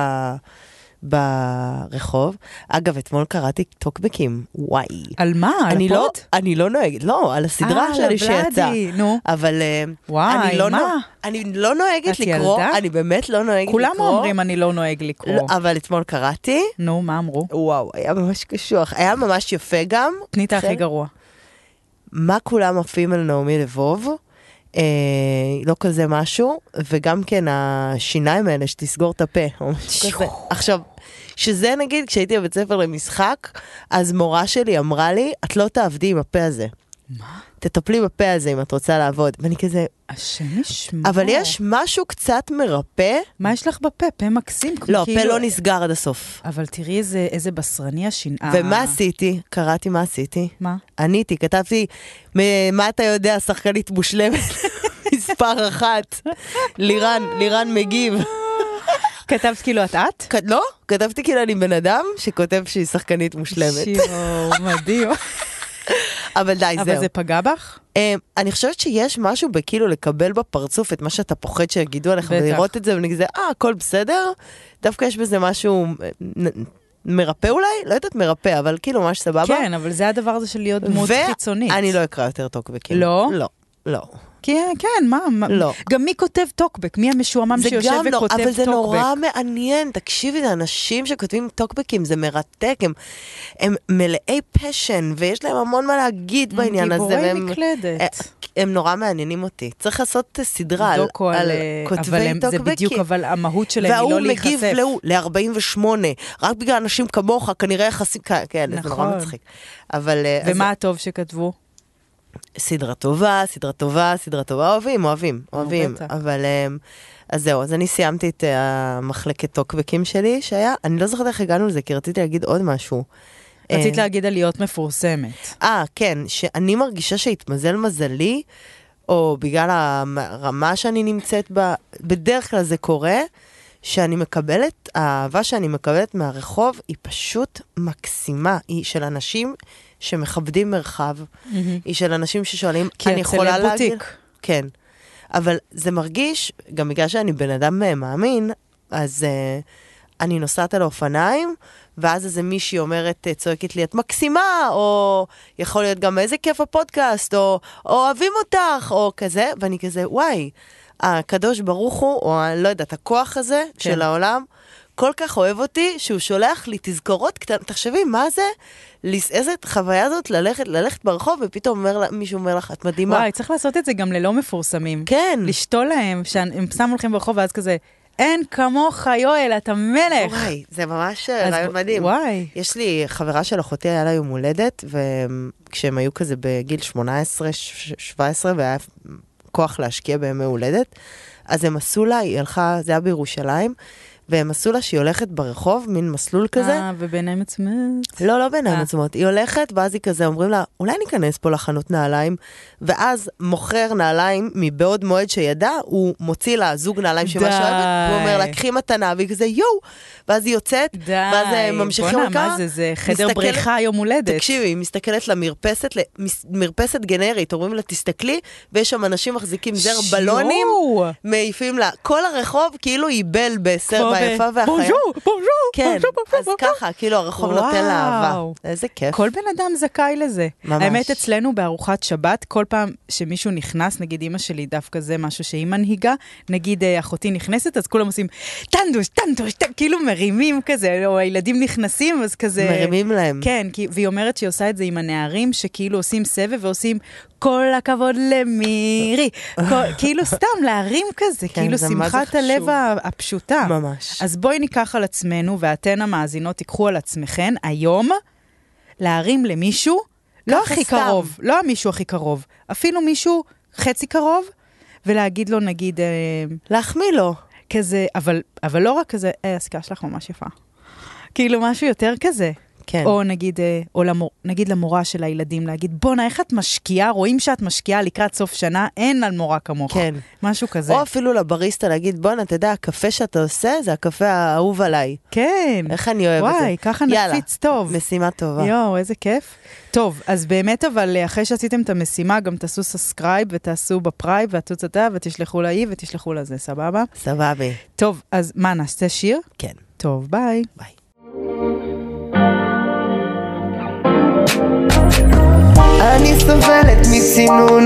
ברחוב. אגב, אתמול קראתי טוקבקים, וואי. על מה? על הפוד? לא, אני לא נוהגת, לא, על הסדרה 아, שלי שיצאה. נו. אבל וואי, אני לא מה? נוה... אני לא נוהגת לקרוא, ילדה? אני באמת לא נוהגת כולם לקרוא. כולם אומרים אני לא נוהג לקרוא. לא, אבל אתמול קראתי. נו, מה אמרו? וואו, היה ממש קשוח. היה ממש יפה גם. תני את הכי גרוע. מה כולם עפים על נעמי לבוב? אה, לא כזה משהו, וגם כן השיניים האלה שתסגור את הפה. או משהו כזה. עכשיו, שזה נגיד, כשהייתי בבית ספר למשחק, אז מורה שלי אמרה לי, את לא תעבדי עם הפה הזה. מה? תטפלי בפה הזה אם את רוצה לעבוד. ואני כזה... השם ישמע. אבל יש משהו קצת מרפא. מה יש לך בפה? פה מקסים? לא, כאילו... פה לא נסגר עד הסוף. אבל תראי איזה, איזה בשרני השנאה. ומה עשיתי? קראתי מה עשיתי. מה? עניתי, כתבתי, מה אתה יודע, שחקנית מושלמת? מספר אחת. לירן, לירן מגיב. כתבת כאילו את את? לא, כתבתי כאילו אני בן אדם שכותב שהיא שחקנית מושלמת. שיו, מדהים. אבל די, זהו. אבל זה פגע בך? אני חושבת שיש משהו בכאילו לקבל בפרצוף את מה שאתה פוחד שיגידו עליך, ולראות את זה ואני כזה, אה, הכל בסדר? דווקא יש בזה משהו מרפא אולי? לא יודעת מרפא, אבל כאילו ממש סבבה. כן, אבל זה הדבר הזה של להיות דמות חיצונית. ואני לא אקרא יותר טוקבקים. לא? לא, לא. כן, כן, מה? לא. גם מי כותב טוקבק? מי המשועמם שיושב וכותב טוקבק? אבל זה נורא מעניין. תקשיבי, זה אנשים שכותבים טוקבקים, זה מרתק, הם, הם מלאי פשן, ויש להם המון מה להגיד בעניין הזה. גיבורי מקלדת. הם נורא מעניינים אותי. צריך לעשות סדרה על, על כותבי טוקבקים. זה בדיוק, אבל המהות שלהם היא לא להיחשף. והוא מגיב ל-ארבעים ושמונה, רק בגלל אנשים כמוך, כנראה יחסים, כן, זה נורא מצחיק. ומה הטוב שכתבו? סדרה טובה, סדרה טובה, סדרה טובה, אוהבים, אוהבים, אוהבים, אבל אז זהו, אז אני סיימתי את המחלקת טוקבקים שלי שהיה, אני לא זוכרת איך הגענו לזה, כי רציתי להגיד עוד משהו. רצית להגיד על להיות מפורסמת. אה, כן, שאני מרגישה שהתמזל מזלי, או בגלל הרמה שאני נמצאת בה, בדרך כלל זה קורה, שאני מקבלת, האהבה שאני מקבלת מהרחוב, היא פשוט מקסימה, היא של אנשים שמכבדים מרחב, mm-hmm. היא של אנשים ששואלים, אני יכולה להגיד... כן, אבל זה מרגיש, גם בגלל שאני בן אדם מאמין, אז uh, אני נוסעת על האופניים, ואז איזה מישהי אומרת, צועקת לי, את מקסימה, או יכול להיות גם איזה כיף הפודקאסט, או, או אוהבים אותך, או כזה, ואני כזה, וואי, הקדוש ברוך הוא, או לא יודעת, הכוח הזה כן. של העולם, כל כך אוהב אותי, שהוא שולח לי תזכורות קטנות. תחשבי, מה זה? איזה חוויה הזאת ללכת, ללכת ברחוב, ופתאום אומר, מישהו אומר לך, את מדהימה. וואי, צריך לעשות את זה גם ללא מפורסמים. כן. לשתול להם, שהם שמו לכם ברחוב, ואז כזה, אין כמוך, יואל, אתה מלך. וואי, זה ממש רעיון מדהים. וואי. יש לי חברה של אחותי, היה לה יום הולדת, וכשהם היו כזה בגיל שמונה עשרה שבע עשרה, והיה כוח להשקיע בימי הולדת, אז הם עשו לה, היא הלכה, זה היה בירושלים, והם עשו לה שהיא הולכת ברחוב, מין מסלול כזה. אה, ובעיניים עצמות. לא, לא בעיניים עצמות. היא הולכת, ואז היא כזה, אומרים לה, אולי ניכנס פה לחנות נעליים, ואז מוכר נעליים מבעוד מועד שידע, הוא מוציא לה זוג נעליים שמה שאוהבת, הוא אומר לה, קחי מתנה, והיא כזה, יואו, ואז היא יוצאת, ואז הם ממשיכים בונה, מה זה, זה חדר בריחה יום הולדת. תקשיבי, היא מסתכלת למרפסת, למרפסת גנרית, אומרים לה, תסתכלי, ויש שם אנשים מחזיקים זר בלונים, מעיפים לה, כל הרחוב כאילו ייבל בסרבה היפה והחיה. בונז'ור, בונז'ור, כן, אז ככה, כאילו הרחוב נותן לה אהבה. איזה כיף. כל בן אדם זכאי לזה. ממש. האמת אצלנו בארוחת שבת, כל פעם שמישהו נכנס, נגיד אמא שלי דווקא זה משהו שהיא מנהיגה, נגיד אחותי נכנסת, אז כולם עושים טנדוש, טנדוש, כאילו מרימים כזה, או הילדים נכנסים, אז כזה... מרימים להם. כן, והיא אומרת שהיא עושה את זה עם הנערים, שכאילו עושים סבב ועושים כל הכבוד למירי. כאילו סתם להרים כזה, כאילו שמחת הלב הפשוטה. ממש. אז בואי ניקח על עצמנו, ואתן המאזינות תיקחו על עצמכן, היום, להרים למישהו, לא הכי קרוב, לא המישהו הכי קרוב, אפילו מישהו חצי קרוב, ולהגיד לו נגיד... להחמיא לו. כזה, אבל, אבל לא רק כזה, אה, הסקה שלך ממש יפה. כאילו משהו יותר כזה. כן. או נגיד, או למור, נגיד למורה של הילדים, להגיד, בונה, איך את משקיעה? רואים שאת משקיעה לקראת סוף שנה, אין על מורה כמוך. כן. משהו כזה. או אפילו לבריסטה להגיד, בונה, אתה יודע, הקפה שאתה עושה, זה הקפה האהוב עליי. כן. איך אני אוהב את זה. וואי, ככה נפיץ טוב. משימה טובה. יואו, איזה כיף. טוב, אז באמת, אבל אחרי שעשיתם את המשימה, גם תעשו סאסקרייב, ותעשו בפרייב, והתוצאה, ותשלחו לאי, ותשלחו לזה, סבבה? סבבה. טוב, אז מה, נעשה שיר? כן. טוב, ביי. ביי. אני סובלת מצינון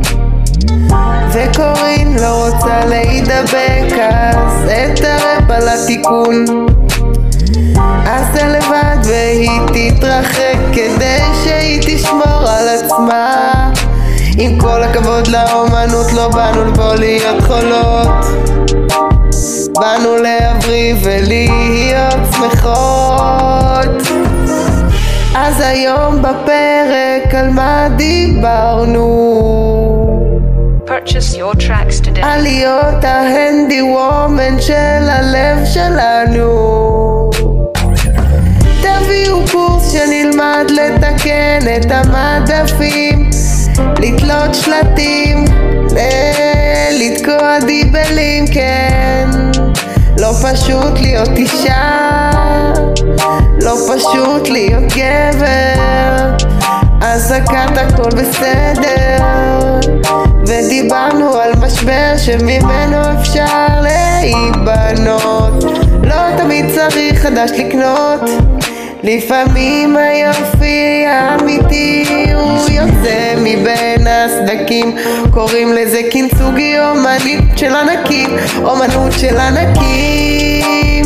וקורין לא רוצה להידבק, אז אתערב על התיקון, עשה לבד והיא תתרחק כדי שהיא תשמור על עצמה. עם כל הכבוד לאומנות, לא באנו לפה להיות חולות, באנו להבריא ולהיות שמחות. אז היום בפרק על מה דיברנו? Purchase your tracks today. על להיות ההנדי וומן של הלב שלנו. תביאו קורס שנלמד לתקן את המדפים, לתלות שלטים, לתקוע דיבלים, כן. לא פשוט להיות אישה, לא פשוט להיות גבר, אז זכרת הכל בסדר, ודיברנו על משבר שממנו אפשר להיבנות. לא תמיד צריך חדש לקנות, לפעמים היופי האמיתי הוא יוצא מבין הסדקים. קוראים לזה קינצוגי, אומנות של ענקים, אומנות של ענקים,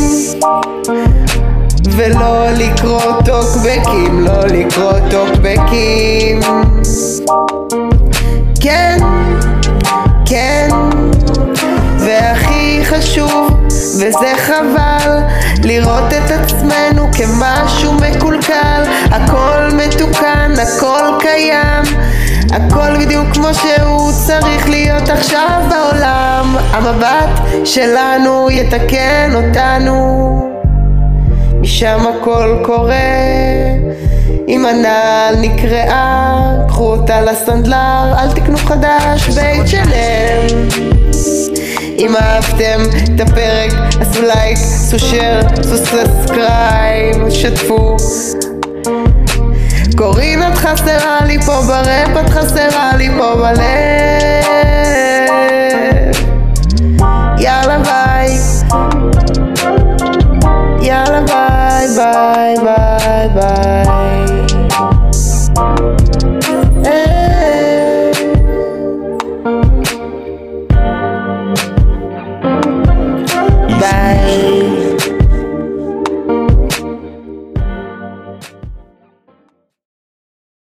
ולא לקרוא טוקבקים, לא לקרוא טוקבקים. כן, כן, והכי חשוב, וזה חבל, לראות את עצמנו כמשהו מקולקל. הכל מתוקן, הכל קיים, הכל בדיוק כמו שהוא צריך להיות עכשיו בעולם. המבט שלנו יתקן אותנו, משם הכל קורה. אם הנעל נקראה, קחו אותה לסנדלר, אל תקנו חדש בית שלם. אם אהבתם את הפרק, עשו לייק, עשו שייר, עשו סאסקרייב, שתפו. קורין, את חסרה לי פה ברפ, את חסרה לי פה בלב. יאללה ביי, יאללה ביי ביי ביי ביי.